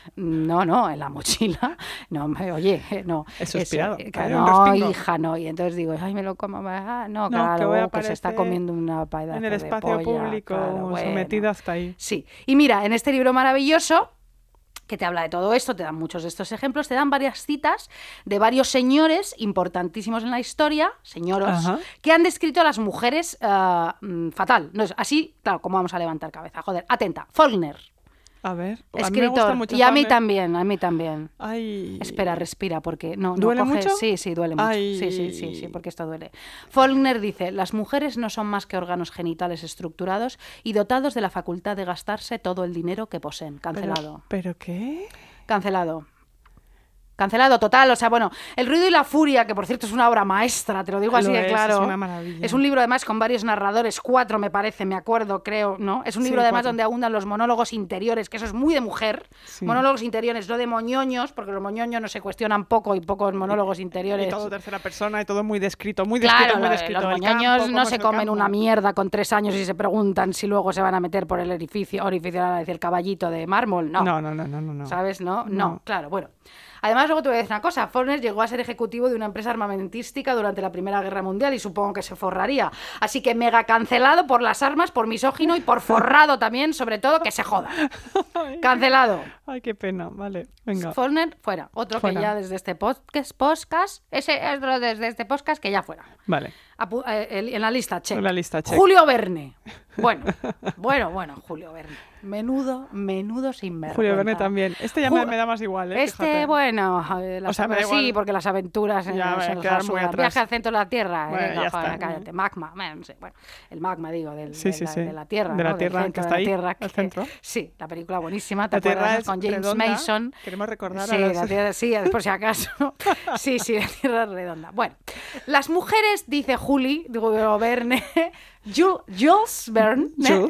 no, en la mochila, oye, no. Es suspirado, Claro, un no, respingo. hija, no, y entonces digo, ay, me lo como, no, No, que claro, voy a que se está aparecer comiendo una pedazo en el de espacio polla, público, claro, bueno. sometida hasta ahí. Sí, y mira, en este libro maravilloso que te habla de todo esto, te dan muchos de estos ejemplos, te dan varias citas de varios señores importantísimos en la historia, señoros, Ajá. que han descrito a las mujeres fatal. No es así, claro, ¿cómo vamos a levantar cabeza? Joder, atenta, Faulkner, A ver, a mí me gusta escritor, mucho y a mí Faulkner. también. Ay. Espera, respira, porque no ¿Duele coge- mucho? Sí, duele mucho. Ay. Sí, porque esto duele. Faulkner dice, las mujeres no son más que órganos genitales estructurados y dotados de la facultad de gastarse todo el dinero que poseen. Cancelado. ¿Pero qué? Cancelado total, o sea, bueno, El ruido y la furia, que por cierto es una obra maestra, te lo digo así Lo de es, claro. es una maravilla. Es un libro además con varios narradores, 4 me parece, me acuerdo, creo, ¿no? Es un Sí, libro además 4. donde abundan los monólogos interiores, que eso es muy de mujer. Sí. Monólogos interiores, no de moñoños, porque los moñoños no se cuestionan poco y pocos monólogos interiores. Y todo tercera persona y todo muy descrito, Claro, muy descrito. los El moñoños campo, no cómo se es el comen campo. una mierda con 3 años y se preguntan si luego se van a meter por el orificio ahora decir el caballito de mármol. No. No. ¿Sabes? No, No. claro, bueno. Además, luego te voy a decir una cosa. Faulkner llegó a ser ejecutivo de una empresa armamentística durante la Primera Guerra Mundial y supongo que se forraría. Así que mega cancelado por las armas, por misógino y por forrado también, sobre todo, que se joda. Cancelado. Ay, qué pena. Vale, venga. Faulkner, fuera. Otro Fuera. que ya desde este podcast, ese es otro desde este podcast que ya fuera. Vale. En la lista, check. En la lista, check. Julio Verne. Bueno, Julio Verne. Menudo sinvergüenza. Julio Verne también. Este ya me da más igual, ¿eh? Fíjate. Bueno, O sea, me da sí, igual. porque las aventuras Ya, se me nos quedan la muy sudan. atrás. Viaje al centro de la Tierra. Bueno, ya joder, está. cállate. Magma. No sé, bueno, el magma, digo, Sí. de la Tierra. De la ¿no? Del Tierra, centro que de está la ahí, Tierra, al centro. Sí, la película buenísima. ¿Te La Tierra acuerdas? es Con James redonda. Mason. Queremos recordar Sí, a las... la Tierra, sí, por si acaso. Sí, la Tierra es redonda. Bueno, las mujeres, dice Julio Verne, Jules Verne.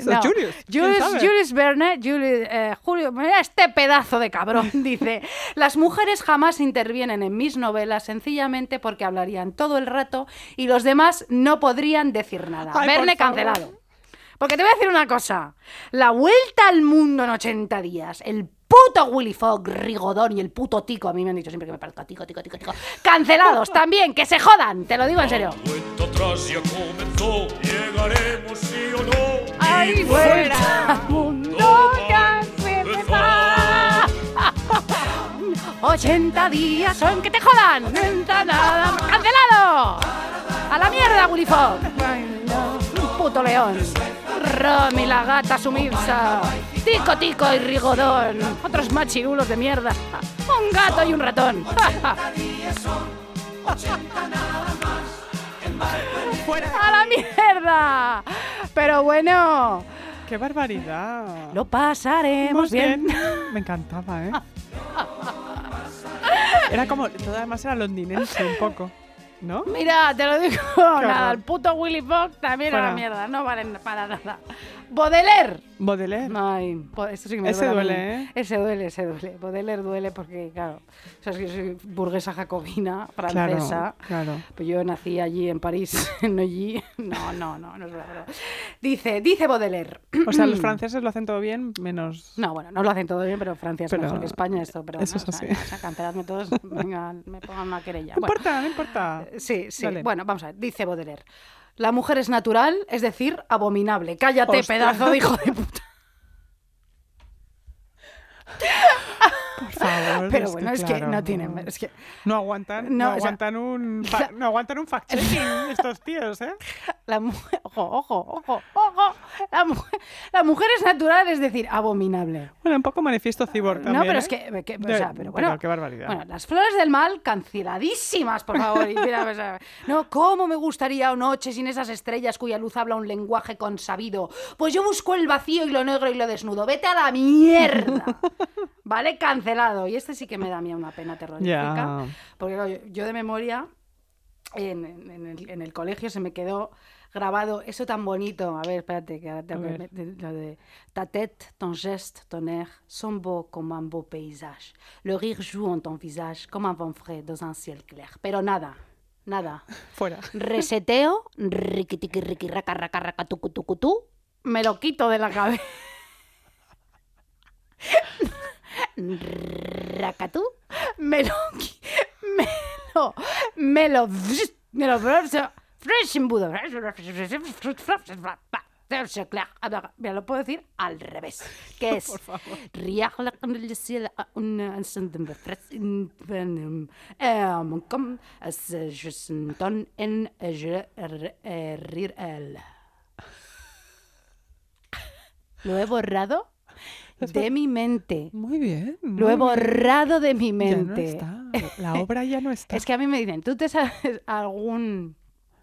Jules Verne, Julio, mira este pedazo de cabrón, dice, las mujeres jamás intervienen en mis novelas sencillamente porque hablarían todo el rato y los demás no podrían decir nada. Ay, Verne por favor. cancelado. Porque te voy a decir una cosa, la vuelta al mundo en 80 días, el puto Willy Fogg, Rigodón y el puto Tico, a mí me han dicho siempre que me parezca Tico, cancelados también, que se jodan, te lo digo en serio. Cuenta atrás ya comenzó, llegaremos sí o no. ¡Ay, vuelta al mundo ya se empezó! 80 días son que te jodan, no entra nada más. ¡Cancelado! ¡A la mierda, Willy Fogg! Ay, no. Un puto león. Romy, la gata sumisa. Tico y Rigodón. Otros machirulos de mierda. Un gato y un ratón. ¡A la mierda! Pero bueno, ¡Qué barbaridad! lo pasaremos bien. Me encantaba, ¿eh? Era como... Todo además era londinense un poco. ¿no? Mira, te lo digo, nada, el puto Willy Fox también Fuera. era mierda, no valen para nada. Baudelaire. Baudelaire. Ay, esto sí que me Ese duele, duele, a mí. Ese duele. Baudelaire duele porque, claro, sabes que soy burguesa jacobina, francesa. Claro. Pues yo nací allí en París, no allí. No es verdad. Dice Baudelaire. O sea, los franceses lo hacen todo bien, menos... No, bueno, no lo hacen todo bien, pero Francia es mejor que España, esto. Pero eso bueno, es así. O sea, canceladme todos, venga, me pongan una querella. No importa. Sí. Dale. Bueno, vamos a ver, dice Baudelaire. La mujer es natural, es decir, abominable. Cállate, Hostia. pedazo de hijo de puta. Por favor. Pero bueno, es que claro, no tienen... Es que, No aguantan, No, no o sea, aguantan un fact-checking estos tíos, ¿eh? la mujer... Ojo. La mujer es natural, es decir, abominable. Bueno, un poco manifiesto cyborg también, No, pero ¿eh? es que o sea, pero bueno, qué barbaridad. Bueno, las flores del mal canceladísimas, por favor. Y mira, o sea, no, ¿cómo me gustaría una noche sin esas estrellas cuya luz habla un lenguaje consabido? Pues yo busco el vacío y lo negro y lo desnudo. Vete a la mierda. ¿Vale? Cancelado. Y este sí que me da a mí una pena terrorífica. Ya. Porque claro, yo de memoria, en el colegio se me quedó grabado eso tan bonito. A ver, espérate, que ahora tengo que lo de ta tête, ton geste, ton air sont beaux comme un beau paysage. Le rire joue en ton visage comme un vent frais dans un ciel clair. Pero nada. Fuera. Reseteo, riquitiqui, riqui, raca, raca, raca, tucu, tucu, tu, me lo quito de la cabeza. Racatú, me lo me lo puedo decir al revés, que es lo he borrado de mi mente. Muy bien. Lo he borrado de mi mente. Ya no está. La obra ya no está. Es que a mí me dicen, ¿tú te sabes algún...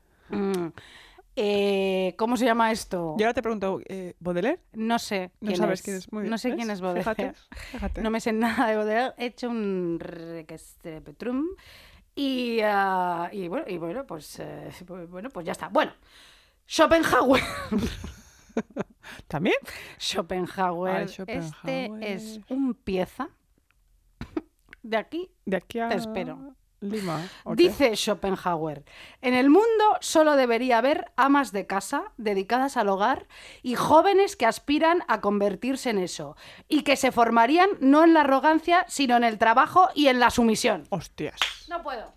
¿cómo se llama esto? Yo ahora te pregunto, ¿Baudelaire? No sé No quién sabes es. quién es. Muy bien. No sé ¿Ves? quién es Baudelaire. Fíjate. No me sé nada de Baudelaire. He hecho un requestepetrum y bueno, pues ya está. Bueno, Schopenhauer. ¿También? Schopenhauer. Ay, Schopenhauer. Este es un pieza. De aquí a... te espero. Lima. Ok. Dice Schopenhauer, en el mundo solo debería haber amas de casa dedicadas al hogar y jóvenes que aspiran a convertirse en eso y que se formarían no en la arrogancia, sino en el trabajo y en la sumisión. Hostias. No puedo.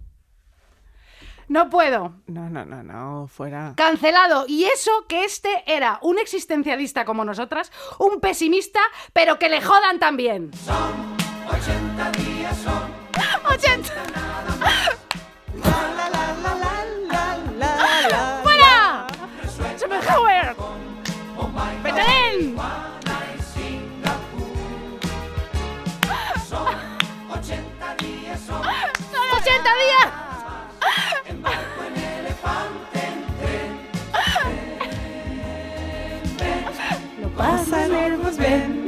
No puedo. No, fuera. Cancelado. Y eso que este era un existencialista como nosotras, un pesimista, pero que le jodan también. Son 80 días, son 80. la. ¡Fuera! ¡Schopenhauer! ¡Beethoven! Son 80 días, son ¡Son 80 días! embarco en elefante en tren. Lo pasaremos bien.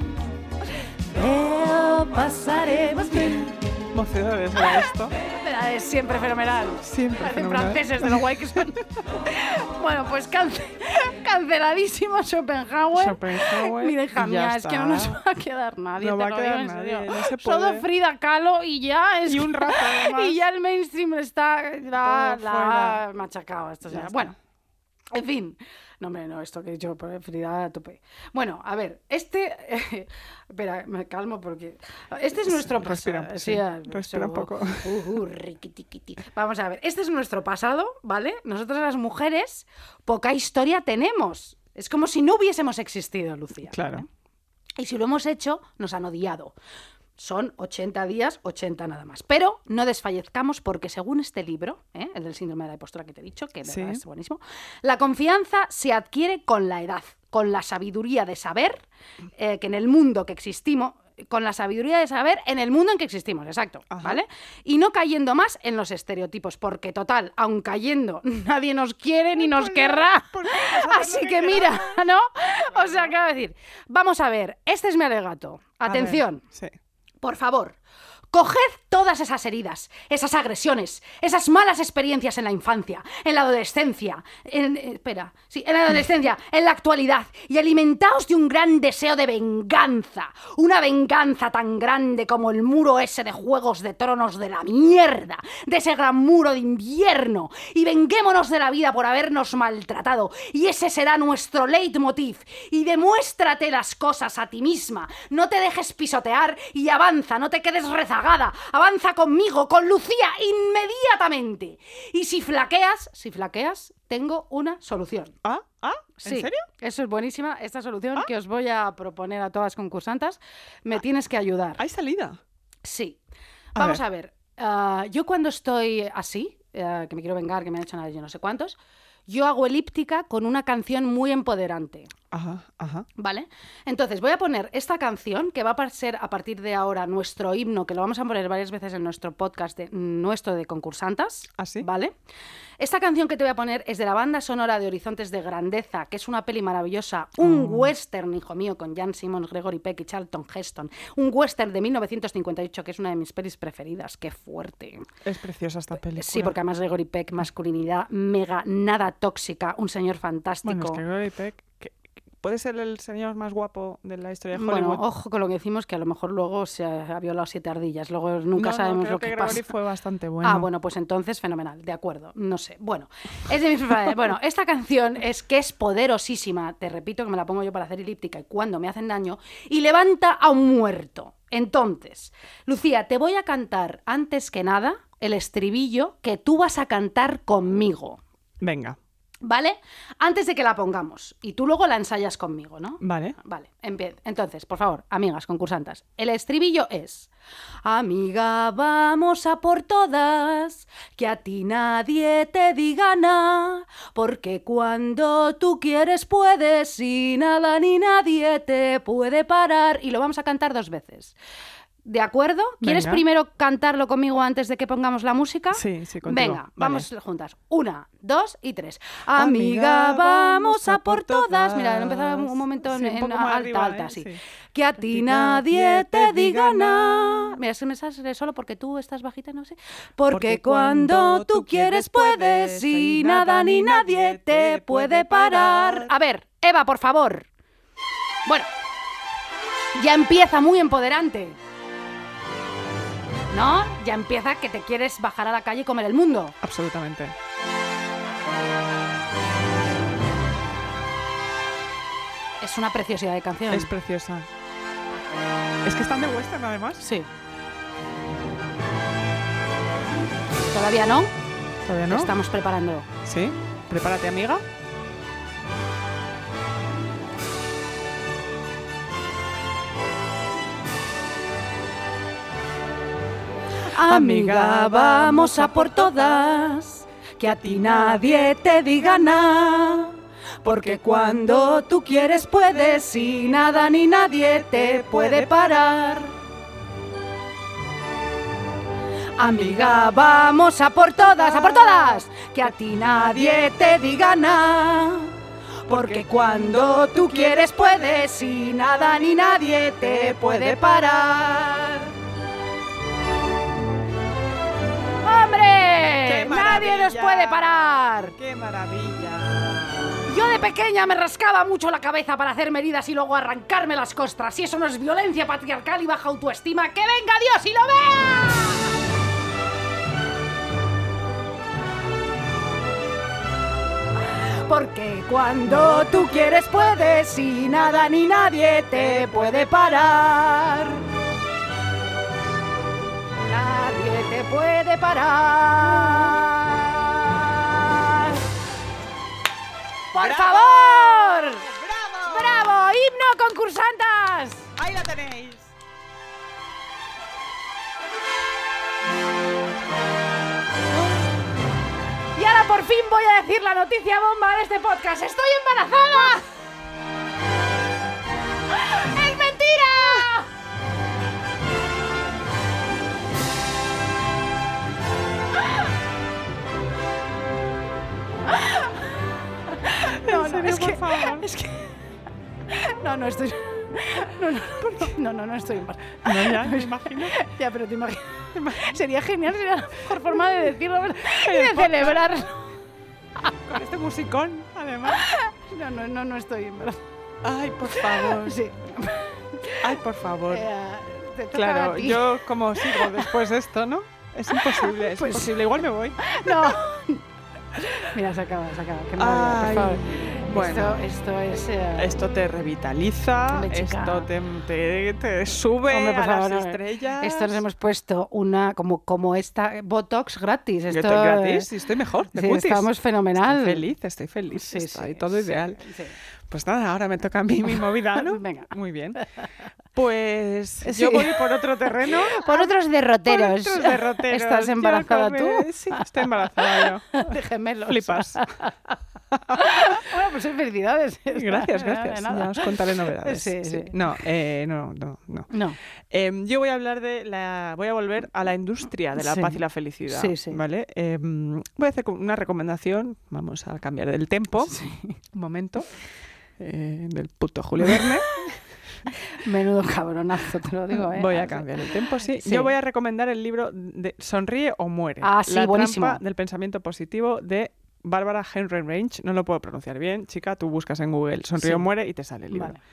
Lo pasaremos bien. Emocionante será esto. Es siempre fenomenal. Siempre Parecen fenomenal. franceses de lo guay que son. Bueno, pues canceladísimo Schopenhauer. Mira, hija y ya mía, es que no nos está. va a quedar nadie. No te va a lo quedar digo en nadie, serio. no se Solo puede. Frida Kahlo y ya es. Y un rato, además. Y ya el mainstream está la fuera. ha machacado. Esto Ya ya. está. Bueno, en fin. No, hombre, no, esto que he dicho por Frida a tope. Bueno, a ver, espera, me calmo porque... Este es nuestro Respira, pasado. sí, ah, respira un poco. Riquitiquiti. Vamos a ver, este es nuestro pasado, ¿vale? Nosotras las mujeres poca historia tenemos. Es como si no hubiésemos existido, Lucía. Claro. ¿vale? Y si lo hemos hecho, nos han odiado. Son 80 días, 80 nada más. Pero no desfallezcamos porque según este libro, el del síndrome de la impostora que te he dicho, que de Sí. verdad es buenísimo, la confianza se adquiere con la edad, con la sabiduría de saber que en el mundo que existimos, con la sabiduría de saber en el mundo en que existimos, exacto, Ajá. ¿vale? Y no cayendo más en los estereotipos, porque total, aun cayendo, nadie nos quiere ni nos querrá. Así que mira, ¿no? O sea, ¿qué va a decir? Vamos a ver, este es mi alegato. A ver, Atención. sí. Por favor, Coged todas esas heridas, esas agresiones, esas malas experiencias en la infancia, en la adolescencia, en la adolescencia, en la actualidad, y alimentaos de un gran deseo de venganza. Una venganza tan grande como el muro ese de Juegos de Tronos de la mierda, de ese gran muro de invierno. Y venguémonos de la vida por habernos maltratado. Y ese será nuestro leitmotiv. Y demuéstrate las cosas a ti misma. No te dejes pisotear y avanza, no te quedes rezagada. Avanza conmigo, con Lucía, inmediatamente. Y si flaqueas, tengo una solución. ¿En Sí, serio? eso es buenísima, esta solución que os voy a proponer a todas concursantas. Me tienes que ayudar. ¿Hay salida? Sí. Vamos a ver. Yo cuando estoy así, que me quiero vengar, que me han hecho nada, yo no sé cuántos, yo hago elíptica con una canción muy empoderante. Ajá. ¿Vale? Entonces, voy a poner esta canción, que va a ser a partir de ahora nuestro himno, que lo vamos a poner varias veces en nuestro podcast de concursantas. ¿Ah, sí? ¿Vale? Esta canción que te voy a poner es de la banda sonora de Horizontes de Grandeza, que es una peli maravillosa, un western, hijo mío, con Jan Simmons, Gregory Peck y Charlton Heston. Un western de 1958, que es una de mis pelis preferidas. ¡Qué fuerte! Es preciosa esta película. Sí, porque además Gregory Peck, masculinidad mega, nada tóxica, un señor fantástico. Bueno, es que Gregory Peck puede ser el señor más guapo de la historia de Hollywood. Bueno, ojo con lo que decimos, que a lo mejor luego se ha violado 7 ardillas. Luego nunca sabemos lo que Gregory pasa. fue bastante bueno. Bueno, pues entonces fenomenal, de acuerdo. No sé, bueno, es de mis preferidas. Bueno, esta canción es poderosísima. Te repito que me la pongo yo para hacer elíptica y cuando me hacen daño, y levanta a un muerto. Entonces, Lucía, te voy a cantar antes que nada el estribillo que tú vas a cantar conmigo. Venga. ¿Vale? Antes de que la pongamos. Y tú luego la ensayas conmigo, ¿no? Vale. Vale, entonces, por favor, amigas, concursantas, el estribillo es: amiga, vamos a por todas, que a ti nadie te diga nada, porque cuando tú quieres puedes y nada ni nadie te puede parar. Y lo vamos a cantar 2 veces. ¿De acuerdo? ¿Quieres primero cantarlo conmigo antes de que pongamos la música? Sí, contigo. Venga, vamos juntas. 1, 2 y 3. Amiga, vamos a por todas. Mira, empezaba un momento en alta, sí. Que a ti nadie te diga nada. Mira, es que me sale solo porque tú estás bajita, no sé. Porque cuando tú quieres puedes y nada ni nadie te puede parar. A ver, Eva, por favor. Bueno, ya empieza muy empoderante. ¿No? Ya empieza que te quieres bajar a la calle y comer el mundo. Absolutamente. Es una preciosidad de canción. Es preciosa. Es que están de western, además. Sí. ¿Todavía no? ¿Todavía no? Estamos preparando. Sí. Prepárate, amiga. Amiga, vamos a por todas, que a ti nadie te diga nada, porque cuando tú quieres puedes y nada ni nadie te puede parar. Amiga, vamos a por todas, que a ti nadie te diga nada, porque cuando tú quieres puedes y nada ni nadie te puede parar. ¡Hombre! ¡Nadie nos puede parar! ¡Qué maravilla! Yo de pequeña me rascaba mucho la cabeza para hacerme heridas y luego arrancarme las costras. Si eso no es violencia patriarcal y baja autoestima, ¡que venga Dios y lo vea! Porque cuando tú quieres puedes y nada ni nadie te puede parar. Nadie te puede parar. ¡Por favor! ¡Bravo! ¡Bravo! ¡Himno, concursantas! ¡Ahí la tenéis! Y ahora por fin voy a decir la noticia bomba de este podcast. ¡Estoy embarazada! ¡Es mentira! No, es que... No, estoy... No estoy embarazada. No, ya, me imagino. Ya, pero te imaginas. Sería genial, sería la mejor forma de decirlo y de celebrarlo. Con este musicón, además. No estoy embarazada. Ay, por favor. Sí. Ay, por favor. Te toca Claro, a ti. yo como sigo después de esto, ¿no? Es imposible, es imposible. Igual me voy. No. Mira, se acaba. Que no, por Ay, favor. bueno. Esto es... Esto te revitaliza, Hombre, chica. esto te sube Hombre, por a favor, las no. estrellas. Esto nos hemos puesto una como esta Botox gratis. Yo Esto estoy gratis y estoy mejor. de Sí, cutis. estamos fenomenal. Estoy feliz. Sí, Está sí, ahí todo sí, ideal. sí. Pues nada, ahora me toca a mí mi movida, ¿no? Venga. Muy bien. Pues Sí. yo voy por otro terreno. Por otros derroteros. Por otros derroteros. ¿Estás embarazada Yo tú? Sí, estoy embarazada yo. De gemelos. Flipas. Bueno, pues felicidades. Gracias. De nada. Ya os contaré novedades. Sí. No. No. Yo voy a hablar voy a volver a la industria de la Sí. paz y la felicidad. Sí. ¿Vale? Voy a hacer una recomendación. Vamos a cambiar del tempo. Un momento. Del puto Julio Verne. Menudo cabronazo, te lo digo, ¿eh? Voy a cambiar el tempo, sí. Yo voy a recomendar el libro de Sonríe o muere. Ah, sí, La buenísimo. trampa del pensamiento positivo de Barbara Ehrenreich. No lo puedo pronunciar bien, chica. Tú buscas en Google Sonríe o muere y te sale el libro. Vale.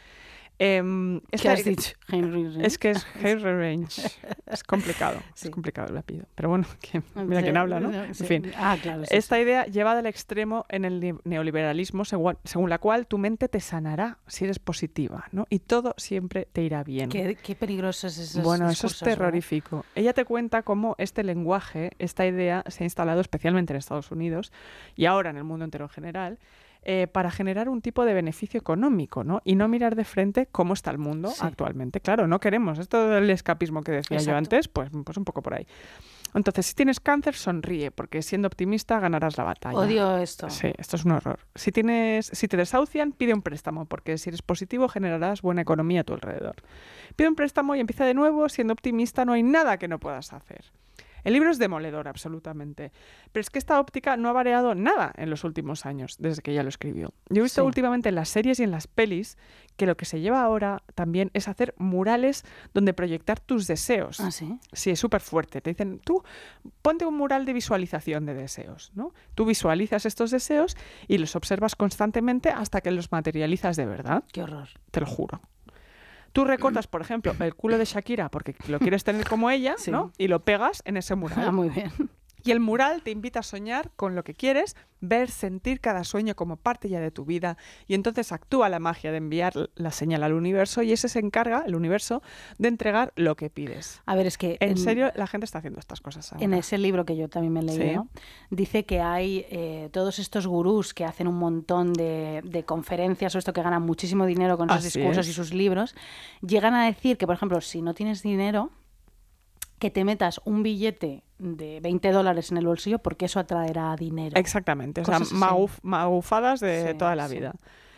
¿Qué has dicho? Es que es Ehrenreich. Es complicado. Sí. Es complicado el apellido. Pero bueno, mira quién habla, ¿no? Sí. En fin. Ah, claro. Esta idea llevada al extremo en el neoliberalismo, según la cual tu mente te sanará si eres positiva, ¿no? Y todo siempre te irá bien. Qué peligroso es eso. Bueno, eso es terrorífico. Ella te cuenta cómo este lenguaje, esta idea, se ha instalado especialmente en Estados Unidos y ahora en el mundo entero en general, para generar un tipo de beneficio económico, ¿no? Y no mirar de frente cómo está el mundo actualmente. Claro, no queremos esto del escapismo que decía yo antes, pues un poco por ahí. Entonces, si tienes cáncer, sonríe, porque siendo optimista ganarás la batalla. Odio esto. Sí, esto es un horror. Si te desahucian, pide un préstamo, porque si eres positivo generarás buena economía a tu alrededor. Pide un préstamo y empieza de nuevo, siendo optimista no hay nada que no puedas hacer. El libro es demoledor, absolutamente. Pero es que esta óptica no ha variado nada en los últimos años, desde que ella lo escribió. Yo he visto últimamente en las series y en las pelis que lo que se lleva ahora también es hacer murales donde proyectar tus deseos. ¿Ah, sí? Sí, es súper fuerte. Te dicen, tú ponte un mural de visualización de deseos, ¿no? Tú visualizas estos deseos y los observas constantemente hasta que los materializas de verdad. Qué horror. Te lo juro. Tú recortas, por ejemplo, el culo de Shakira porque lo quieres tener como ella, ¿no? Y lo pegas en ese mural. Ah, muy bien. Y el mural te invita a soñar con lo que quieres, ver, sentir cada sueño como parte ya de tu vida. Y entonces actúa la magia de enviar la señal al universo y ese se encarga, el universo, de entregar lo que pides. A ver, es que... En serio, la gente está haciendo estas cosas ahora. En ese libro que yo también me he leído, dice que hay todos estos gurús que hacen un montón de conferencias o esto que ganan muchísimo dinero con sus discursos y sus libros, llegan a decir que, por ejemplo, si no tienes dinero, que te metas un billete de $20 en el bolsillo porque eso atraerá dinero. Exactamente, o sea, Cosas así. magufadas de toda la vida.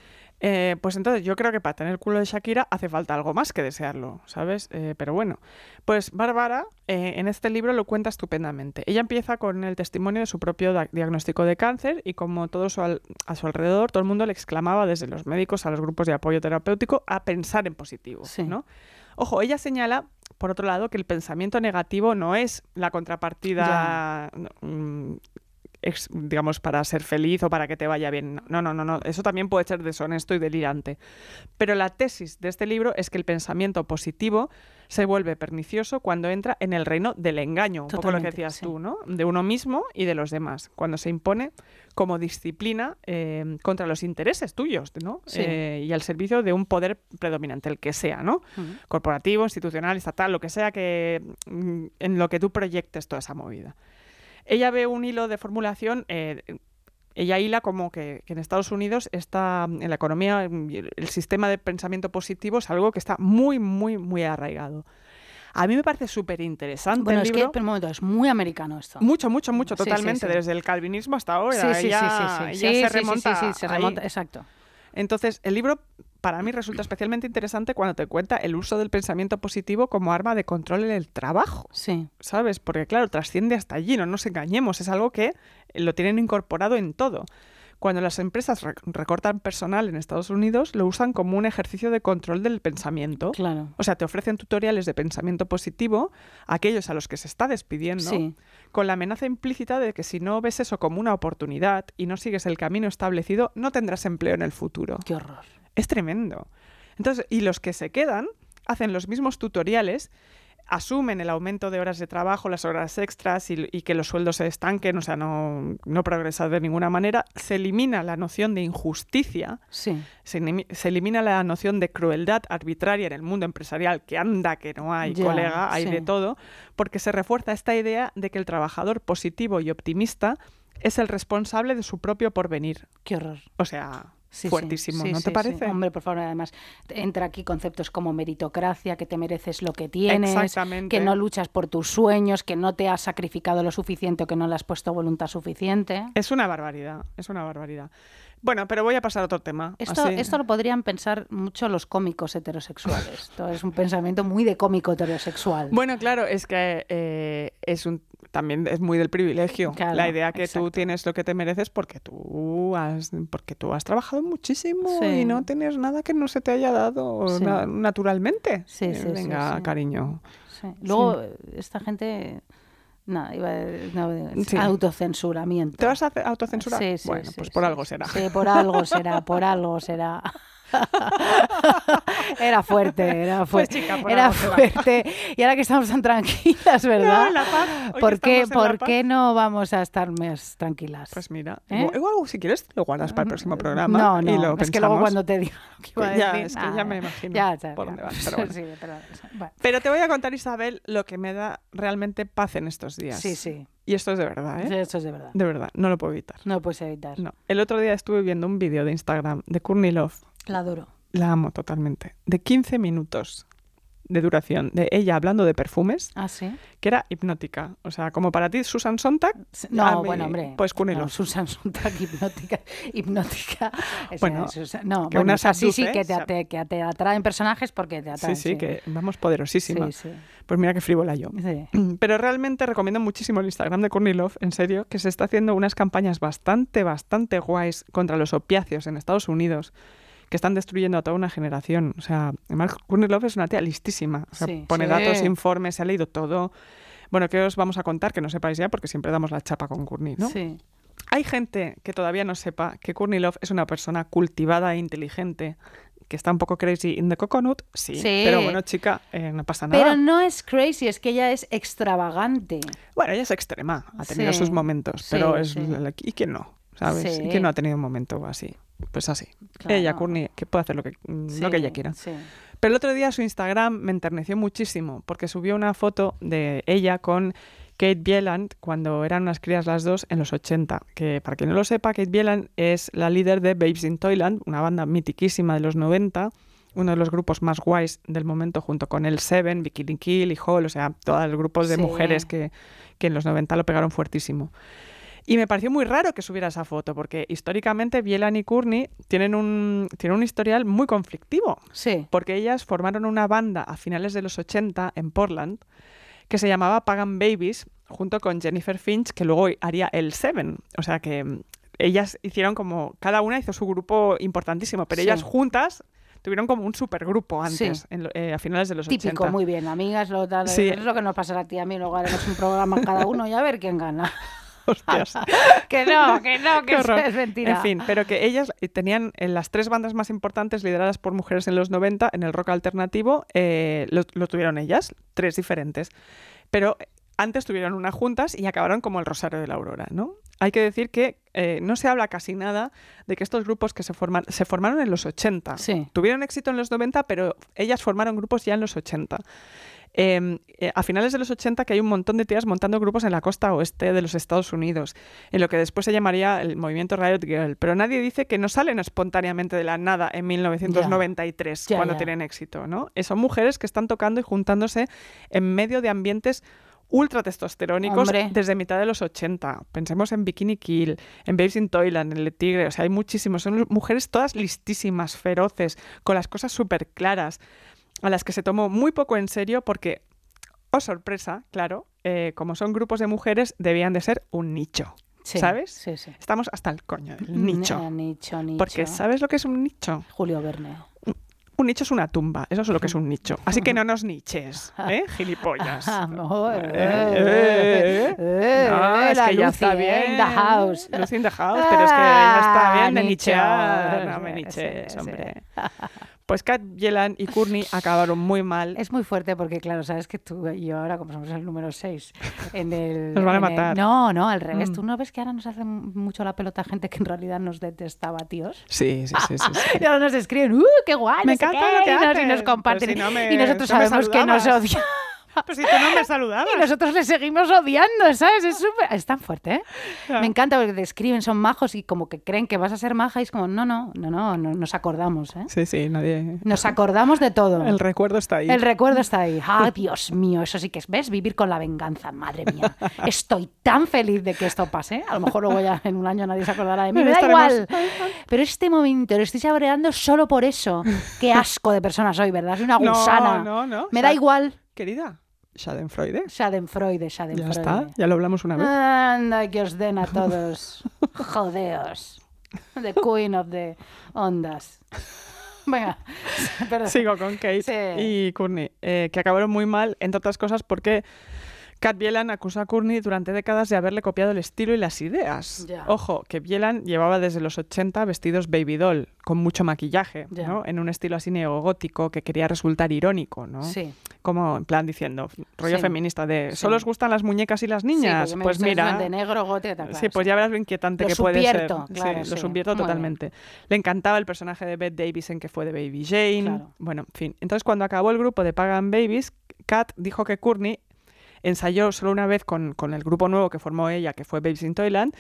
Pues entonces yo creo que para tener el culo de Shakira hace falta algo más que desearlo, ¿sabes? Pero bueno, pues Bárbara en este libro lo cuenta estupendamente. Ella empieza con el testimonio de su propio diagnóstico de cáncer y como todo a su alrededor, todo el mundo le exclamaba desde los médicos a los grupos de apoyo terapéutico a pensar en positivo, ¿no? Ojo, ella señala, por otro lado, que el pensamiento negativo no es la contrapartida, digamos, para ser feliz o para que te vaya bien. No. Eso también puede ser deshonesto y delirante. Pero la tesis de este libro es que el pensamiento positivo se vuelve pernicioso cuando entra en el reino del engaño, un poco lo que decías tú, ¿no? De uno mismo y de los demás, cuando se impone como disciplina contra los intereses tuyos, ¿no? Y al servicio de un poder predominante, el que sea, ¿no? Corporativo, institucional, estatal, lo que sea que en lo que tú proyectes toda esa movida. Ella ve un hilo de formulación, ella hila como que en Estados Unidos está en la economía, el sistema de pensamiento positivo es algo que está muy, muy, muy arraigado. A mí me parece súper interesante el libro. Pero un momento, es muy americano esto. Mucho, totalmente, desde el calvinismo hasta ahora. Ella se remonta. Se remonta, exacto. Entonces, el libro para mí resulta especialmente interesante cuando te cuenta el uso del pensamiento positivo como arma de control en el trabajo. Sí. ¿Sabes? Porque claro, trasciende hasta allí, no nos engañemos, es algo que lo tienen incorporado en todo. Cuando las empresas recortan personal en Estados Unidos, lo usan como un ejercicio de control del pensamiento. Claro. O sea, te ofrecen tutoriales de pensamiento positivo a aquellos a los que se está despidiendo, Sí. con la amenaza implícita de que si no ves eso como una oportunidad y no sigues el camino establecido, no tendrás empleo en el futuro. Qué horror. Es tremendo. Entonces, y los que se quedan hacen los mismos tutoriales, asumen el aumento de horas de trabajo, las horas extras y que los sueldos se estanquen, o sea, no progresar de ninguna manera. Se elimina la noción de injusticia, Sí. se elimina la noción de crueldad arbitraria en el mundo empresarial, que anda que no hay, Ya, colega, hay sí. de todo, porque se refuerza esta idea de que el trabajador positivo y optimista es el responsable de su propio porvenir. Qué horror. O sea, Sí, fuertísimo, sí, ¿no sí, te sí. parece? Hombre, por favor, además, entra aquí conceptos como meritocracia, que te mereces lo que tienes, Exactamente. que no luchas por tus sueños, que no te has sacrificado lo suficiente o que no le has puesto voluntad suficiente. Es una barbaridad, es una barbaridad. Bueno, pero voy a pasar a otro tema. así. Esto lo podrían pensar mucho los cómicos heterosexuales. Esto es un pensamiento muy de cómico heterosexual. Bueno, claro, es que también es muy del privilegio. Claro, la idea que tú exacto. tienes lo que te mereces porque tú has trabajado muchísimo Sí. y no tienes nada que no se te haya dado Sí. naturalmente. Sí, sí, sí, Venga, sí. cariño. Sí. Luego, esta gente... Nada, Sí. autocensuramiento. ¿Te vas a hacer autocensurar? Sí, sí, bueno, sí, pues por sí, algo sí. será. Sí, por algo será, por algo será. Era fuerte, era Pues, fuerte. chica, por Era algo será. fuerte. Y ahora que estamos tan tranquilas, ¿verdad? No, la paz. Hoy que ¿Por qué, estamos en la ¿por paz. qué no vamos a estar más tranquilas? Pues mira, ¿Eh? igual si quieres lo guardas para el próximo programa No, y lo es que luego pensamos. cuando te diga lo que iba a Ya, decir, es que ya me imagino ya, por dónde vas, pero bueno. Sí, pero, bueno. Pero te voy a contar, Isabel, lo que me da realmente paz en estos días. Sí, sí. Y esto es de verdad, ¿eh? Sí, eso es de verdad. De verdad, no lo puedo evitar. No lo puedes evitar. No. El otro día estuve viendo un vídeo de Instagram de Courtney Love. La adoro. La amo totalmente. De 15 minutos de duración de ella hablando de perfumes, ¿Ah, sí? que era hipnótica. O sea, como para ti Susan Sontag, No, a mí, bueno, hombre. pues Courtney no, Love. Susan Sontag, hipnótica. O sea, Bueno, no, que bueno, una o sea, sí, seduce, que te atraen personajes porque te atraen. Sí, que vamos, poderosísima. Sí, sí. Pues mira qué frívola yo. Sí. Pero realmente recomiendo muchísimo el Instagram de Courtney Love, en serio, que se está haciendo unas campañas bastante guays contra los opiáceos en Estados Unidos, que están destruyendo a toda una generación. O sea, además Courtney Love es una tía listísima. O sea, Sí, pone sí. datos, informes, se ha leído todo. Bueno, ¿qué os vamos a contar? Que no sepáis ya, porque siempre damos la chapa con Courtney, ¿no? Sí. Hay gente que todavía no sepa que Courtney Love es una persona cultivada e inteligente, que está un poco crazy in the coconut, sí. Sí. Pero bueno, chica, no pasa nada. Pero no es crazy, es que ella es extravagante. Bueno, ella es extrema, ha tenido Sí, sus momentos, sí, pero es sí. ¿y quién no? ¿Sabes? Sí. ¿Y quién no ha tenido un momento así? Pues así. Claro. Ella, Courtney, que puede hacer lo que Sí, ella quiera. Sí. Pero el otro día su Instagram me enterneció muchísimo porque subió una foto de ella con Kate Bieland cuando eran unas crías las dos en los 80. Que para quien no lo sepa, Kate Bieland es la líder de Babes in Toyland, una banda mitiquísima de los 90, uno de los grupos más guays del momento junto con el Seven, Bikini Kill y Hall, o sea, todos los grupos de Sí. mujeres que en los 90 lo pegaron fuertísimo. Y me pareció muy raro que subiera esa foto, porque históricamente Bielan y Courtney tienen un historial muy conflictivo. Sí. Porque ellas formaron una banda a finales de los 80 en Portland que se llamaba Pagan Babies, junto con Jennifer Finch, que luego haría el Seven. O sea que ellas hicieron como... Cada una hizo su grupo importantísimo, pero Sí. ellas juntas tuvieron como un supergrupo antes, Sí. a finales de los 80. Típico, muy bien, amigas, tal, Sí. es lo que nos pasará a ti y a mí, luego haremos un programa cada uno y a ver quién gana. Hostias. que Qué eso horror. es mentira. En fin, pero que ellas tenían las tres bandas más importantes lideradas por mujeres en los 90 en el rock alternativo, lo tuvieron ellas, tres diferentes. Pero antes tuvieron una juntas y acabaron como el Rosario de la Aurora, ¿no? Hay que decir que no se habla casi nada de que estos grupos que se formaron en los 80. Sí. Tuvieron éxito en los 90, pero ellas formaron grupos ya en los 80. A finales de los 80 que hay un montón de tías montando grupos en la costa oeste de los Estados Unidos, en lo que después se llamaría el movimiento Riot Girl, pero nadie dice que no salen espontáneamente de la nada en 1993 Ya, cuando ya. tienen éxito, ¿no? Son mujeres que están tocando y juntándose en medio de ambientes ultra testosterónicos Hombre. desde mitad de los 80. Pensemos en Bikini Kill, en Babes in Toyland, en El Tigre, o sea, hay muchísimos. Son mujeres todas listísimas, feroces, con las cosas súper claras, a las que se tomó muy poco en serio porque, oh sorpresa, claro, como son grupos de mujeres, debían de ser un nicho. Sí, ¿sabes? Sí, sí. Estamos hasta el coño del nicho. Nicho. Porque ¿sabes lo que es un nicho? Julio Verne. Un nicho es una tumba, eso es lo que es un nicho. Así que no nos niches, gilipollas. No, es que ya está bien. In the house. Lucy in the house, pero es que ya está bien de nichear. No me niches, hombre. Pues Kat Bjelland y Courtney acabaron muy mal. Es muy fuerte porque, claro, sabes que tú y yo ahora, como somos el número 6, nos van a matar. No, al revés. ¿Tú no ves que ahora nos hace mucho la pelota gente que en realidad nos detestaba, tíos? Sí. Y ahora nos escriben, qué guay, me encanta lo que haces. Y nos comparten. Si no y nosotros sabemos que nos odian. Pero si tú no me saludabas. Y nosotros le seguimos odiando, ¿sabes? Es tan fuerte, ¿eh? Claro. Me encanta porque te escriben, son majos y como que creen que vas a ser maja y es como, no, nos acordamos, ¿eh? Sí, nadie... Nos acordamos de todo. El recuerdo está ahí. El recuerdo está ahí. ¡Ah, Dios mío! Eso sí que es, ¿ves? Vivir con la venganza, madre mía. Estoy tan feliz de que esto pase. A lo mejor luego ya en un año nadie se acordará de mí. Me da igual. Pero este momento lo estoy saboreando solo por eso. Qué asco de persona soy, ¿verdad? Soy una gusana. No. Me da igual. Querida, Schadenfreude. Schadenfreude. Ya está, ya lo hablamos una vez. Anda, que os den a todos. Jodeos. The Queen of the Ondas. Venga, perdón. Sigo con Kate y Courtney, que acabaron muy mal, entre otras cosas, porque Kat Bjelland acusó a Courtney durante décadas de haberle copiado el estilo y las ideas. Ya. Ojo, que Bjelland llevaba desde los 80 vestidos baby doll, con mucho maquillaje, ¿no? En un estilo así neogótico que quería resultar irónico, ¿no? Sí. Como en plan diciendo, rollo feminista de ¿solo os gustan las muñecas y las niñas? Sí, pues mira, de negro, gótico, claro, sí, pues ya verás lo inquietante que puede ser. Claro, lo subvierto totalmente. Le encantaba el personaje de Bette Davis en que fue de Baby Jane. Claro. Bueno, en fin. Entonces, cuando acabó el grupo de Pagan Babies, Kat dijo que Courtney ensayó solo una vez con el grupo nuevo que formó ella, que fue Babes in Toyland,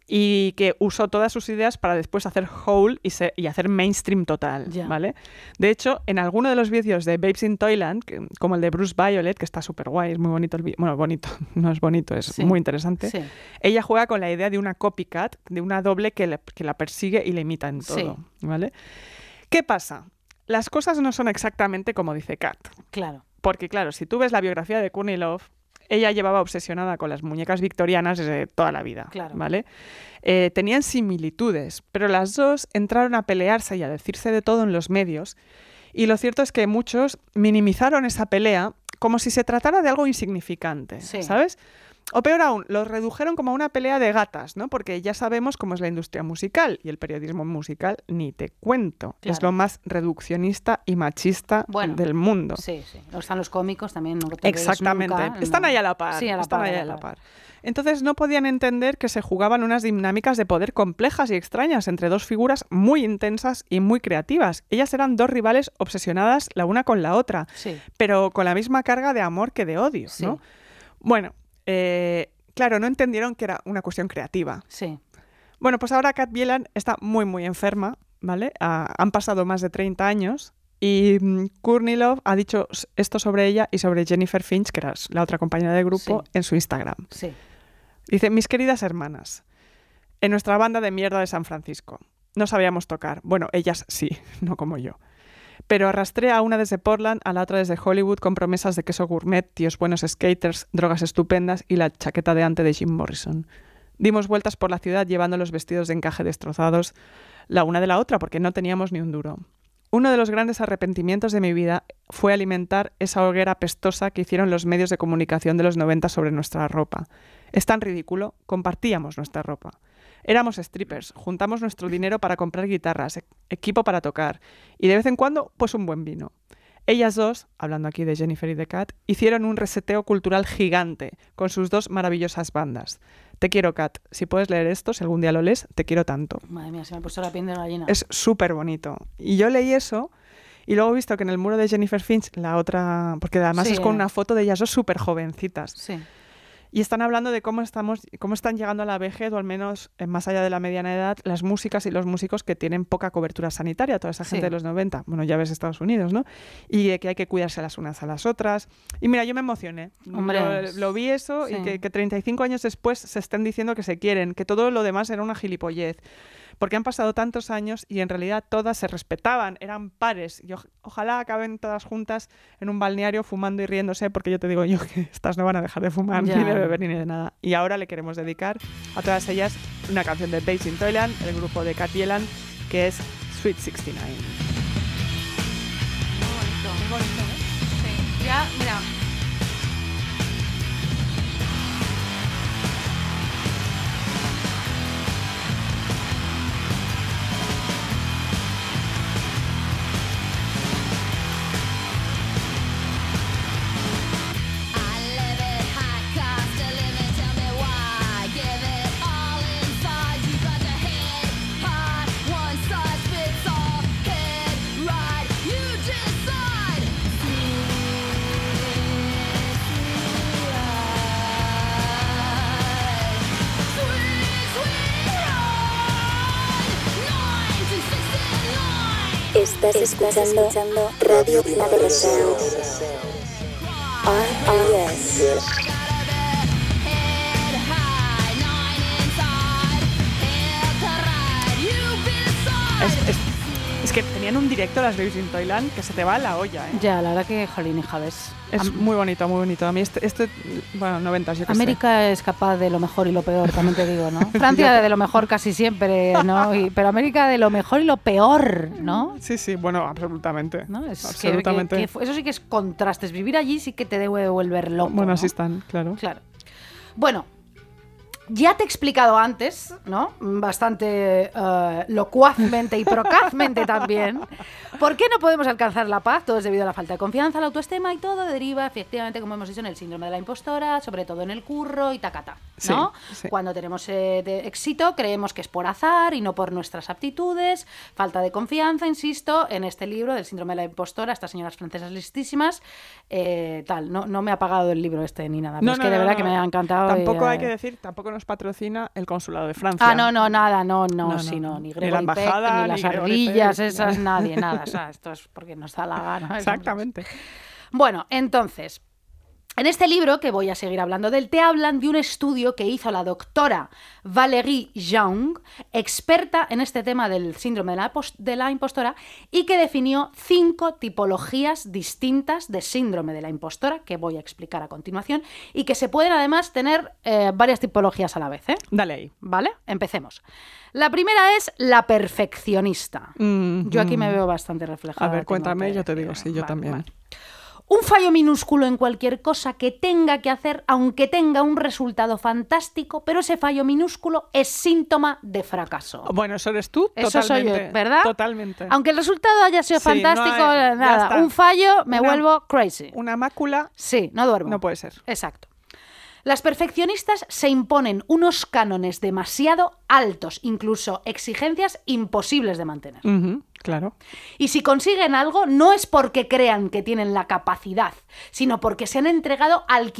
y que usó todas sus ideas para después hacer Hole y hacer mainstream total, ¿vale? De hecho, en alguno de los vídeos de Babes in Toyland, como el de Bruce Violet, que está súper guay, es muy bonito el vídeo, bueno, bonito, no es bonito, es muy interesante, ella juega con la idea de una copycat, de una doble que la persigue y la imita en todo, ¿vale? ¿Qué pasa? Las cosas no son exactamente como dice Kat. Claro. Porque, claro, si tú ves la biografía de Courtney Love, ella llevaba obsesionada con las muñecas victorianas desde toda la vida, ¿vale? Tenían similitudes, pero las dos entraron a pelearse y a decirse de todo en los medios, y lo cierto es que muchos minimizaron esa pelea como si se tratara de algo insignificante, ¿sabes? O peor aún, los redujeron como a una pelea de gatas, ¿no? Porque ya sabemos cómo es la industria musical y el periodismo musical, ni te cuento. Claro. Es lo más reduccionista y machista del mundo. Sí. Están los cómicos también. No exactamente. Nunca, están ahí a la par. Sí, a la par. Entonces no podían entender que se jugaban unas dinámicas de poder complejas y extrañas entre dos figuras muy intensas y muy creativas. Ellas eran dos rivales obsesionadas la una con la otra, pero con la misma carga de amor que de odio, ¿no? Bueno, claro, no entendieron que era una cuestión creativa. Sí. Bueno, pues ahora Kat Bjelland está muy, muy enferma, ¿vale? Han pasado más de 30 años y Courtney Love ha dicho esto sobre ella y sobre Jennifer Finch, que era la otra compañera del grupo, en su Instagram. Sí. Dice, mis queridas hermanas, en nuestra banda de mierda de San Francisco no sabíamos tocar. Bueno, ellas sí, no como yo. Pero arrastré a una desde Portland, a la otra desde Hollywood, con promesas de queso gourmet, tíos buenos skaters, drogas estupendas y la chaqueta de ante de Jim Morrison. Dimos vueltas por la ciudad llevando los vestidos de encaje destrozados la una de la otra porque no teníamos ni un duro. Uno de los grandes arrepentimientos de mi vida fue alimentar esa hoguera pestosa que hicieron los medios de comunicación de los 90 sobre nuestra ropa. Es tan ridículo, compartíamos nuestra ropa. Éramos strippers, juntamos nuestro dinero para comprar guitarras, equipo para tocar y de vez en cuando, pues un buen vino. Ellas dos, hablando aquí de Jennifer y de Kat, hicieron un reseteo cultural gigante con sus dos maravillosas bandas. Te quiero, Kat. Si puedes leer esto, si algún día lo lees, te quiero tanto. Madre mía, se me ha puesto la piel de gallina. Es súper bonito. Y yo leí eso y luego he visto que en el muro de Jennifer Finch, la otra, porque además es con una foto de ellas dos súper jovencitas. Sí. Y están hablando de cómo están llegando a la vejez, o al menos más allá de la mediana edad, las músicas y los músicos que tienen poca cobertura sanitaria, toda esa gente de los 90. Bueno, ya ves Estados Unidos, ¿no? Y de que hay que cuidarse las unas a las otras. Y mira, yo me emocioné. Hombre, lo vi eso y que 35 años después se estén diciendo que se quieren, que todo lo demás era una gilipollez. porque han pasado tantos años y en realidad todas se respetaban, eran pares. Y ojalá acaben todas juntas en un balneario fumando y riéndose, porque yo te digo yo que estas no van a dejar de fumar, ni de beber, ni de nada. Y ahora le queremos dedicar a todas ellas una canción de Babes in Toyland, el grupo de Cat Yelland, que es Sweet 69. Muy bonito, ¿eh? Sí. Ya, mira. Estás escuchando Radio Primavera Sound. RPS. Es que tenían un directo las Babes in Toyland que se te va a la olla, ¿eh? Ya, la verdad que, jolín, hija, ves. Es muy bonito, muy bonito. A mí bueno, 90, yo que América es capaz de lo mejor y lo peor, también te digo, ¿no? Francia de lo mejor casi siempre, ¿no? Pero América de lo mejor y lo peor, ¿no? Sí, bueno, absolutamente. ¿No? Absolutamente. Que eso sí que es contrastes. Vivir allí sí que te debe volver loco. Bueno, ¿no? así están, claro. Bueno, ya te he explicado antes, ¿no? Bastante locuazmente y procazmente también. ¿Por qué no podemos alcanzar la paz? Todo es debido a la falta de confianza, la autoestima, y todo deriva, efectivamente, como hemos dicho, en el síndrome de la impostora, sobre todo en el curro y tacata, ¿no? Sí. Cuando tenemos éxito, creemos que es por azar y no por nuestras aptitudes. Falta de confianza, insisto, en este libro del síndrome de la impostora, estas señoras francesas listísimas, no me ha pagado el libro ni nada, pero es que de verdad que me ha encantado. Tampoco hay que decir, tampoco nos patrocina el Consulado de Francia. Ah, nada, ni Gregory la embajada, Peck, ni las ardillas esas, nadie, nada. O sea, esto es porque nos da la gana. Exactamente. Bueno, entonces, en este libro, que voy a seguir hablando de él, te hablan de un estudio que hizo la doctora Valérie Young, experta en este tema del síndrome de la impostora, y que definió 5 tipologías distintas de síndrome de la impostora, que voy a explicar a continuación, y que se pueden además tener varias tipologías a la vez, ¿eh? Dale ahí. ¿Vale? Empecemos. La primera es la perfeccionista. Yo aquí me veo bastante reflejada. A ver, cuéntame, yo te digo, sí, yo también. Vale. Un fallo minúsculo en cualquier cosa que tenga que hacer, aunque tenga un resultado fantástico, pero ese fallo minúsculo es síntoma de fracaso. Bueno, eso eres tú, eso totalmente. Soy yo, ¿verdad? Totalmente. Aunque el resultado haya sido fantástico, nada. Un fallo, me vuelvo crazy. Una mácula. Sí, no duermo. No puede ser. Exacto. Las perfeccionistas se imponen unos cánones demasiado altos, incluso exigencias imposibles de mantener. Claro. Y si consiguen algo, no es porque crean que tienen la capacidad, sino porque se han entregado al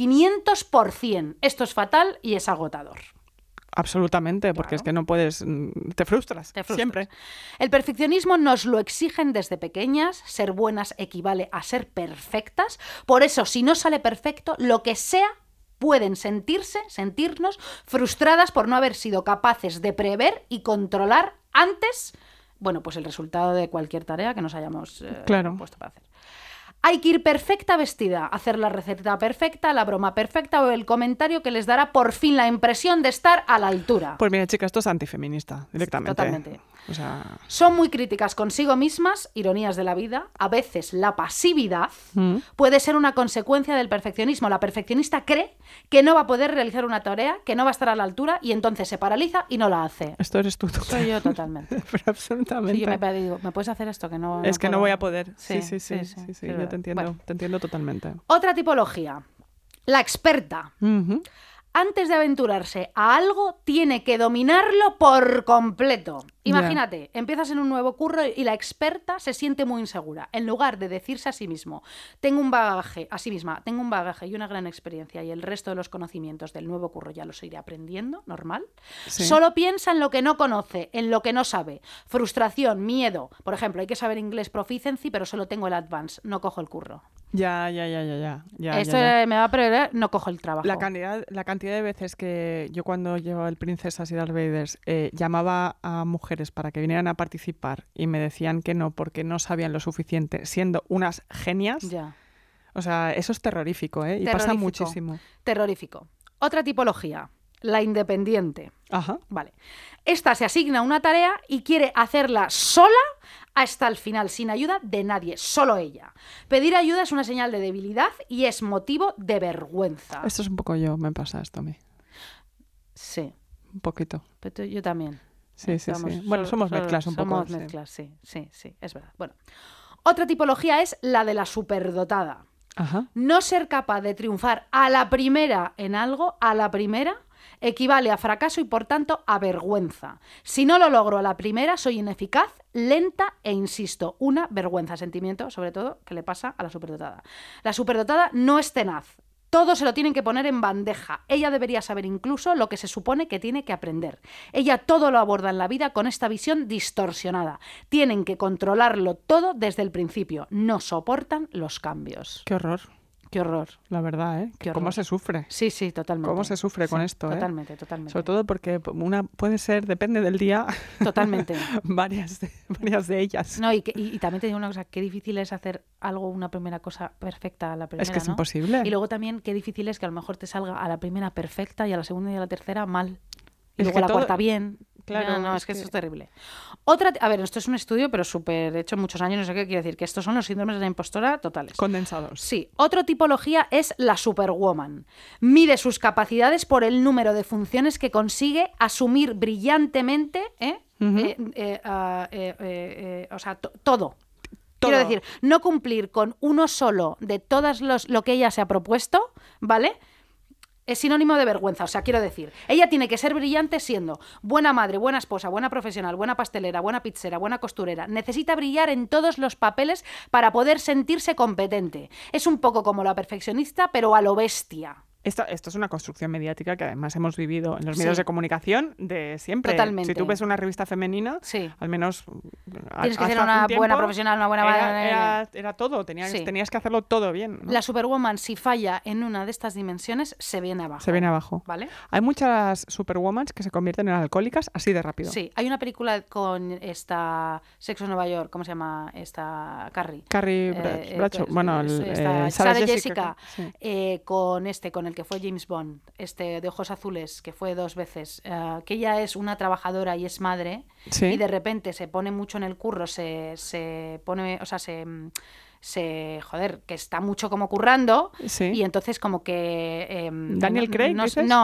500%. Esto es fatal y es agotador. Absolutamente, porque es que no puedes... Te frustras, siempre. El perfeccionismo nos lo exigen desde pequeñas. Ser buenas equivale a ser perfectas. Por eso, si no sale perfecto, lo que sea, pueden sentirnos frustradas por no haber sido capaces de prever y controlar antes, bueno, pues el resultado de cualquier tarea que nos hayamos puesto para hacer. Hay que ir perfecta vestida, hacer la receta perfecta, la broma perfecta o el comentario que les dará por fin la impresión de estar a la altura. Pues mira, chica, esto es antifeminista, directamente. Totalmente. O sea... Son muy críticas consigo mismas, ironías de la vida. A veces la pasividad puede ser una consecuencia del perfeccionismo. La perfeccionista cree que no va a poder realizar una tarea, que no va a estar a la altura y entonces se paraliza y no la hace. Esto eres tú. Soy yo totalmente. Pero absolutamente. Sí, yo digo, ¿me puedes hacer esto? Que no, es que puedo. no voy a poder. Sí, sí, yo te entiendo. Bueno. Te entiendo totalmente. Otra tipología, la experta. Antes de aventurarse a algo, tiene que dominarlo por completo. Imagínate, empiezas en un nuevo curro y la experta se siente muy insegura. En lugar de decirse a sí mismo, tengo un bagaje y una gran experiencia y el resto de los conocimientos del nuevo curro ya los iré aprendiendo, normal. Sí. Solo piensa en lo que no conoce, en lo que no sabe. Frustración, miedo. Por ejemplo, hay que saber inglés proficiency, pero solo tengo el advance, no cojo el curro. Ya. Esto me va a prever, no cojo el trabajo. La cantidad de veces que yo cuando llevaba el Princesas y Darth Vaders llamaba a mujeres para que vinieran a participar y me decían que no porque no sabían lo suficiente, siendo unas genias. Ya. O sea, eso es terrorífico, ¿eh? Y pasa muchísimo. Terrorífico. Otra tipología, la independiente. Ajá. Vale. Esta se asigna una tarea y quiere hacerla sola hasta el final, sin ayuda de nadie, solo ella. Pedir ayuda es una señal de debilidad y es motivo de vergüenza. Esto es un poco yo, me pasa esto a mí. Sí. Un poquito. Pero yo también. Sí. Bueno, somos mezclas un poco. Somos mezclas, sí, es verdad. Bueno. Otra tipología es la de la superdotada. Ajá. No ser capaz de triunfar a la primera en algo, equivale a fracaso y, por tanto, a vergüenza. Si no lo logro a la primera, soy ineficaz, lenta e insisto. Una vergüenza, sentimiento, sobre todo, que le pasa a la superdotada. La superdotada no es tenaz. Todo se lo tienen que poner en bandeja. Ella debería saber incluso lo que se supone que tiene que aprender. Ella todo lo aborda en la vida con esta visión distorsionada. Tienen que controlarlo todo desde el principio. No soportan los cambios. Qué horror. Qué horror. La verdad, ¿eh? ¿Cómo se sufre? Sí, totalmente. ¿Cómo se sufre con esto, totalmente, eh? Totalmente. Sobre todo porque una puede ser, depende del día. Totalmente. varias de ellas. No, y también te digo una cosa, qué difícil es hacer una primera cosa perfecta a la primera, es que es ¿no? imposible. Y luego también qué difícil es que a lo mejor te salga a la primera perfecta y a la segunda y a la tercera mal. Y luego a la cuarta bien. Claro, no, es que eso es terrible. A ver, esto es un estudio, pero súper hecho muchos años, no sé qué quiere decir, que estos son los síndromes de la impostora totales. Condensados. Sí. Otra tipología es la superwoman. Mide sus capacidades por el número de funciones que consigue asumir brillantemente, o sea, todo. Quiero decir, no cumplir con uno solo de todas lo que ella se ha propuesto, ¿vale? Es sinónimo de vergüenza, o sea, quiero decir, ella tiene que ser brillante siendo buena madre, buena esposa, buena profesional, buena pastelera, buena pizzera, buena costurera. Necesita brillar en todos los papeles para poder sentirse competente. Es un poco como la perfeccionista, pero a lo bestia. Esto es una construcción mediática que además hemos vivido en los medios de comunicación de siempre. Totalmente. Si tú ves una revista femenina, al menos tienes que ser una buena profesional, una buena madre. Era todo, tenías que hacerlo todo bien, ¿no? La superwoman, si falla en una de estas dimensiones, se viene abajo. ¿Vale? Hay muchas superwomans que se convierten en alcohólicas así de rápido. Sí, hay una película con esta Sexo en Nueva York, ¿cómo se llama? Esta Carrie Bradshaw, bueno, Sarah Jessica, con el que fue James Bond, de ojos azules, que fue 2 veces, que ella es una trabajadora y es madre, y de repente se pone mucho en el curro, se pone, o sea, que está mucho como currando, y entonces como que Daniel Craig,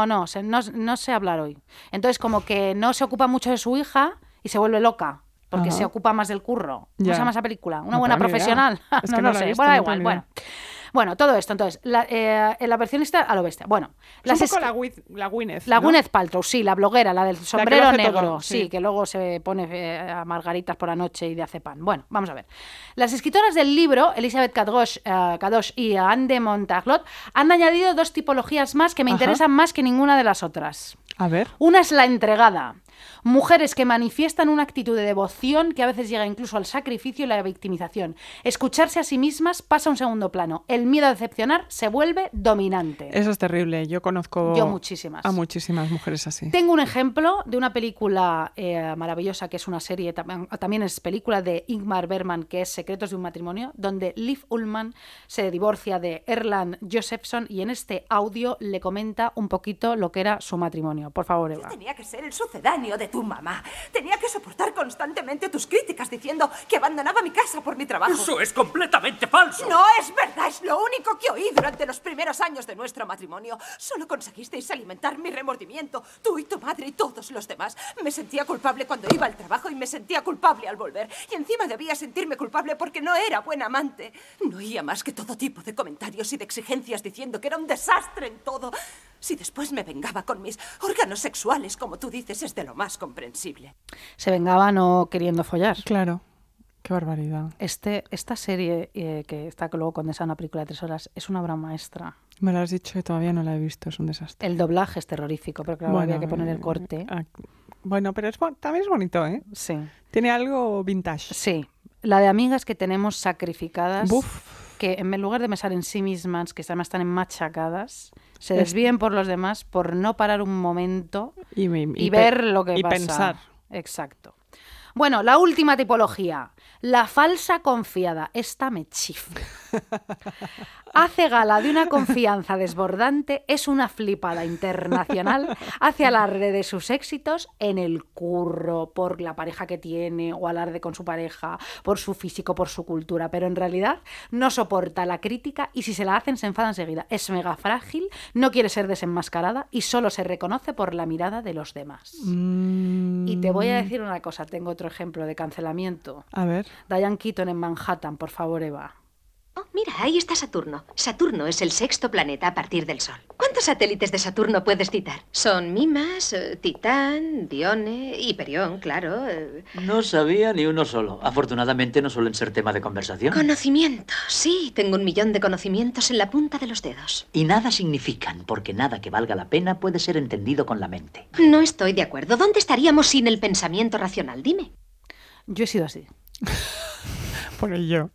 no sé hablar hoy. Entonces como que no se ocupa mucho de su hija y se vuelve loca. Porque se ocupa más del curro. ¿Cómo se llama esa película? ¿Una buena profesional? No sé. Bueno, da igual. Bueno, todo esto. Entonces, la versionista a lo bestia. Bueno, es un poco la Gwyneth, la Gwyneth Paltrow, sí, la bloguera, la del sombrero negro. Todo, sí, que luego se pone a margaritas por la noche y de hace pan. Bueno, vamos a ver. Las escritoras del libro, Elizabeth Kadosh y Anne de Montaglot, han añadido 2 tipologías más que me interesan más que ninguna de las otras. A ver. Una es la entregada. Mujeres que manifiestan una actitud de devoción que a veces llega incluso al sacrificio y la victimización. Escucharse a sí mismas pasa a un segundo plano. El miedo a decepcionar se vuelve dominante. Eso es terrible. Yo conozco a muchísimas mujeres así. Tengo un ejemplo de una película maravillosa que es una serie, también es película de Ingmar Bergman, que es Secretos de un matrimonio, donde Liv Ullmann se divorcia de Erland Josephson y en este audio le comenta un poquito lo que era su matrimonio. Por favor, Eva. Yo tenía que ser el sucedáneo de tu mamá. Tenía que soportar constantemente tus críticas diciendo que abandonaba mi casa por mi trabajo. ¡Eso es completamente falso! No es verdad, es lo único que oí durante los primeros años de nuestro matrimonio. Solo conseguisteis alimentar mi remordimiento, tú y tu madre y todos los demás. Me sentía culpable cuando iba al trabajo y me sentía culpable al volver. Y encima debía sentirme culpable porque no era buena amante. No oía más que todo tipo de comentarios y de exigencias diciendo que era un desastre en todo. Si después me vengaba con mis órganos sexuales, como tú dices, es de lo más comprensible. Se vengaba no queriendo follar. Claro. Qué barbaridad. Esta serie, que está luego condensada en una película de 3 horas, es una obra maestra. Me lo has dicho y todavía no la he visto, es un desastre. El doblaje es terrorífico, pero claro, había que poner el corte. Bueno, pero también es bonito, ¿eh? Sí. Tiene algo vintage. Sí. La de amigas que tenemos sacrificadas. que en lugar de pensar en sí mismas, que además están machacadas, se desvíen por los demás por no parar un momento y ver lo que pasa. Y pensar. Exacto. Bueno, la última tipología, la falsa confiada. Esta me chifla. Hace gala de una confianza desbordante, es una flipada internacional, hace alarde de sus éxitos en el curro, por la pareja que tiene, o alarde con su pareja, por su físico, por su cultura, pero en realidad no soporta la crítica y si se la hacen se enfada enseguida. Es mega frágil, no quiere ser desenmascarada y solo se reconoce por la mirada de los demás. Y te voy a decir una cosa, tengo otro ejemplo de cancelamiento. A ver. Diane Keaton en Manhattan, por favor, Eva. Oh, mira, ahí está Saturno. Saturno es el 6º planeta a partir del Sol. ¿Cuántos satélites de Saturno puedes citar? Son Mimas, Titán, Dione, Hiperión, claro. No sabía ni uno solo. Afortunadamente no suelen ser tema de conversación. Conocimiento, sí. Tengo 1 millón de conocimientos en la punta de los dedos. Y nada significan, porque nada que valga la pena puede ser entendido con la mente. No estoy de acuerdo. ¿Dónde estaríamos sin el pensamiento racional? Dime. Yo he sido así. Por el yo.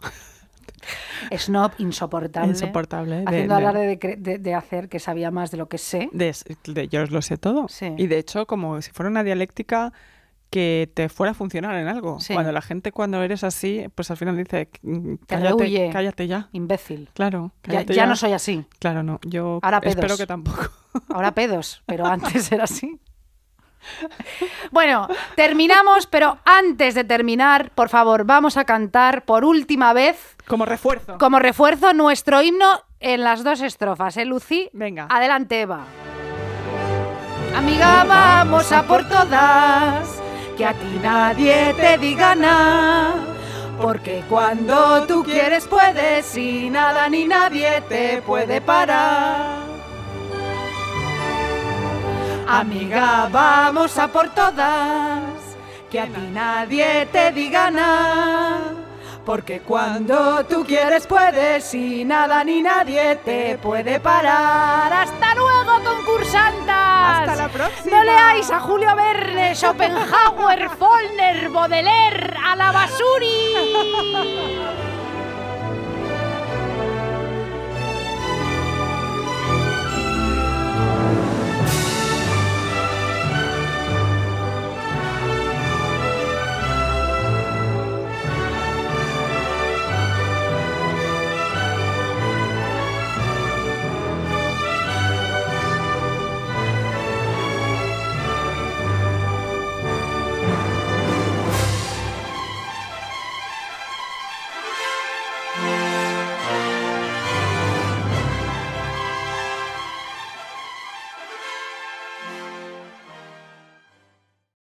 Snob insoportable. Insoportable. Haciendo alarde de hacer que sabía más de lo que sé. Yo lo sé todo. Sí. Y de hecho, como si fuera una dialéctica que te fuera a funcionar en algo. Sí. Cuando la gente, cuando eres así, pues al final dice, cállate ya. Imbécil. Claro, cállate ya no soy así. Claro, no. Yo ahora pedos. Espero que tampoco. Ahora pedos, pero antes era así. Bueno, terminamos, pero antes de terminar, por favor, vamos a cantar por última vez. Como refuerzo. Como refuerzo nuestro himno en las 2 estrofas, ¿eh, Lucy? Venga. Adelante, Eva. Amiga, vamos a por todas, que a ti nadie te diga nada, porque cuando tú quieres puedes y nada ni nadie te puede parar. Amiga, vamos a por todas, que a ti nadie te diga nada, porque cuando tú quieres puedes y nada ni nadie te puede parar. ¡Hasta luego, concursantas! ¡Hasta la próxima! No leáis a Julio Verne, Schopenhauer, Follner, Baudelaire, a la basuri.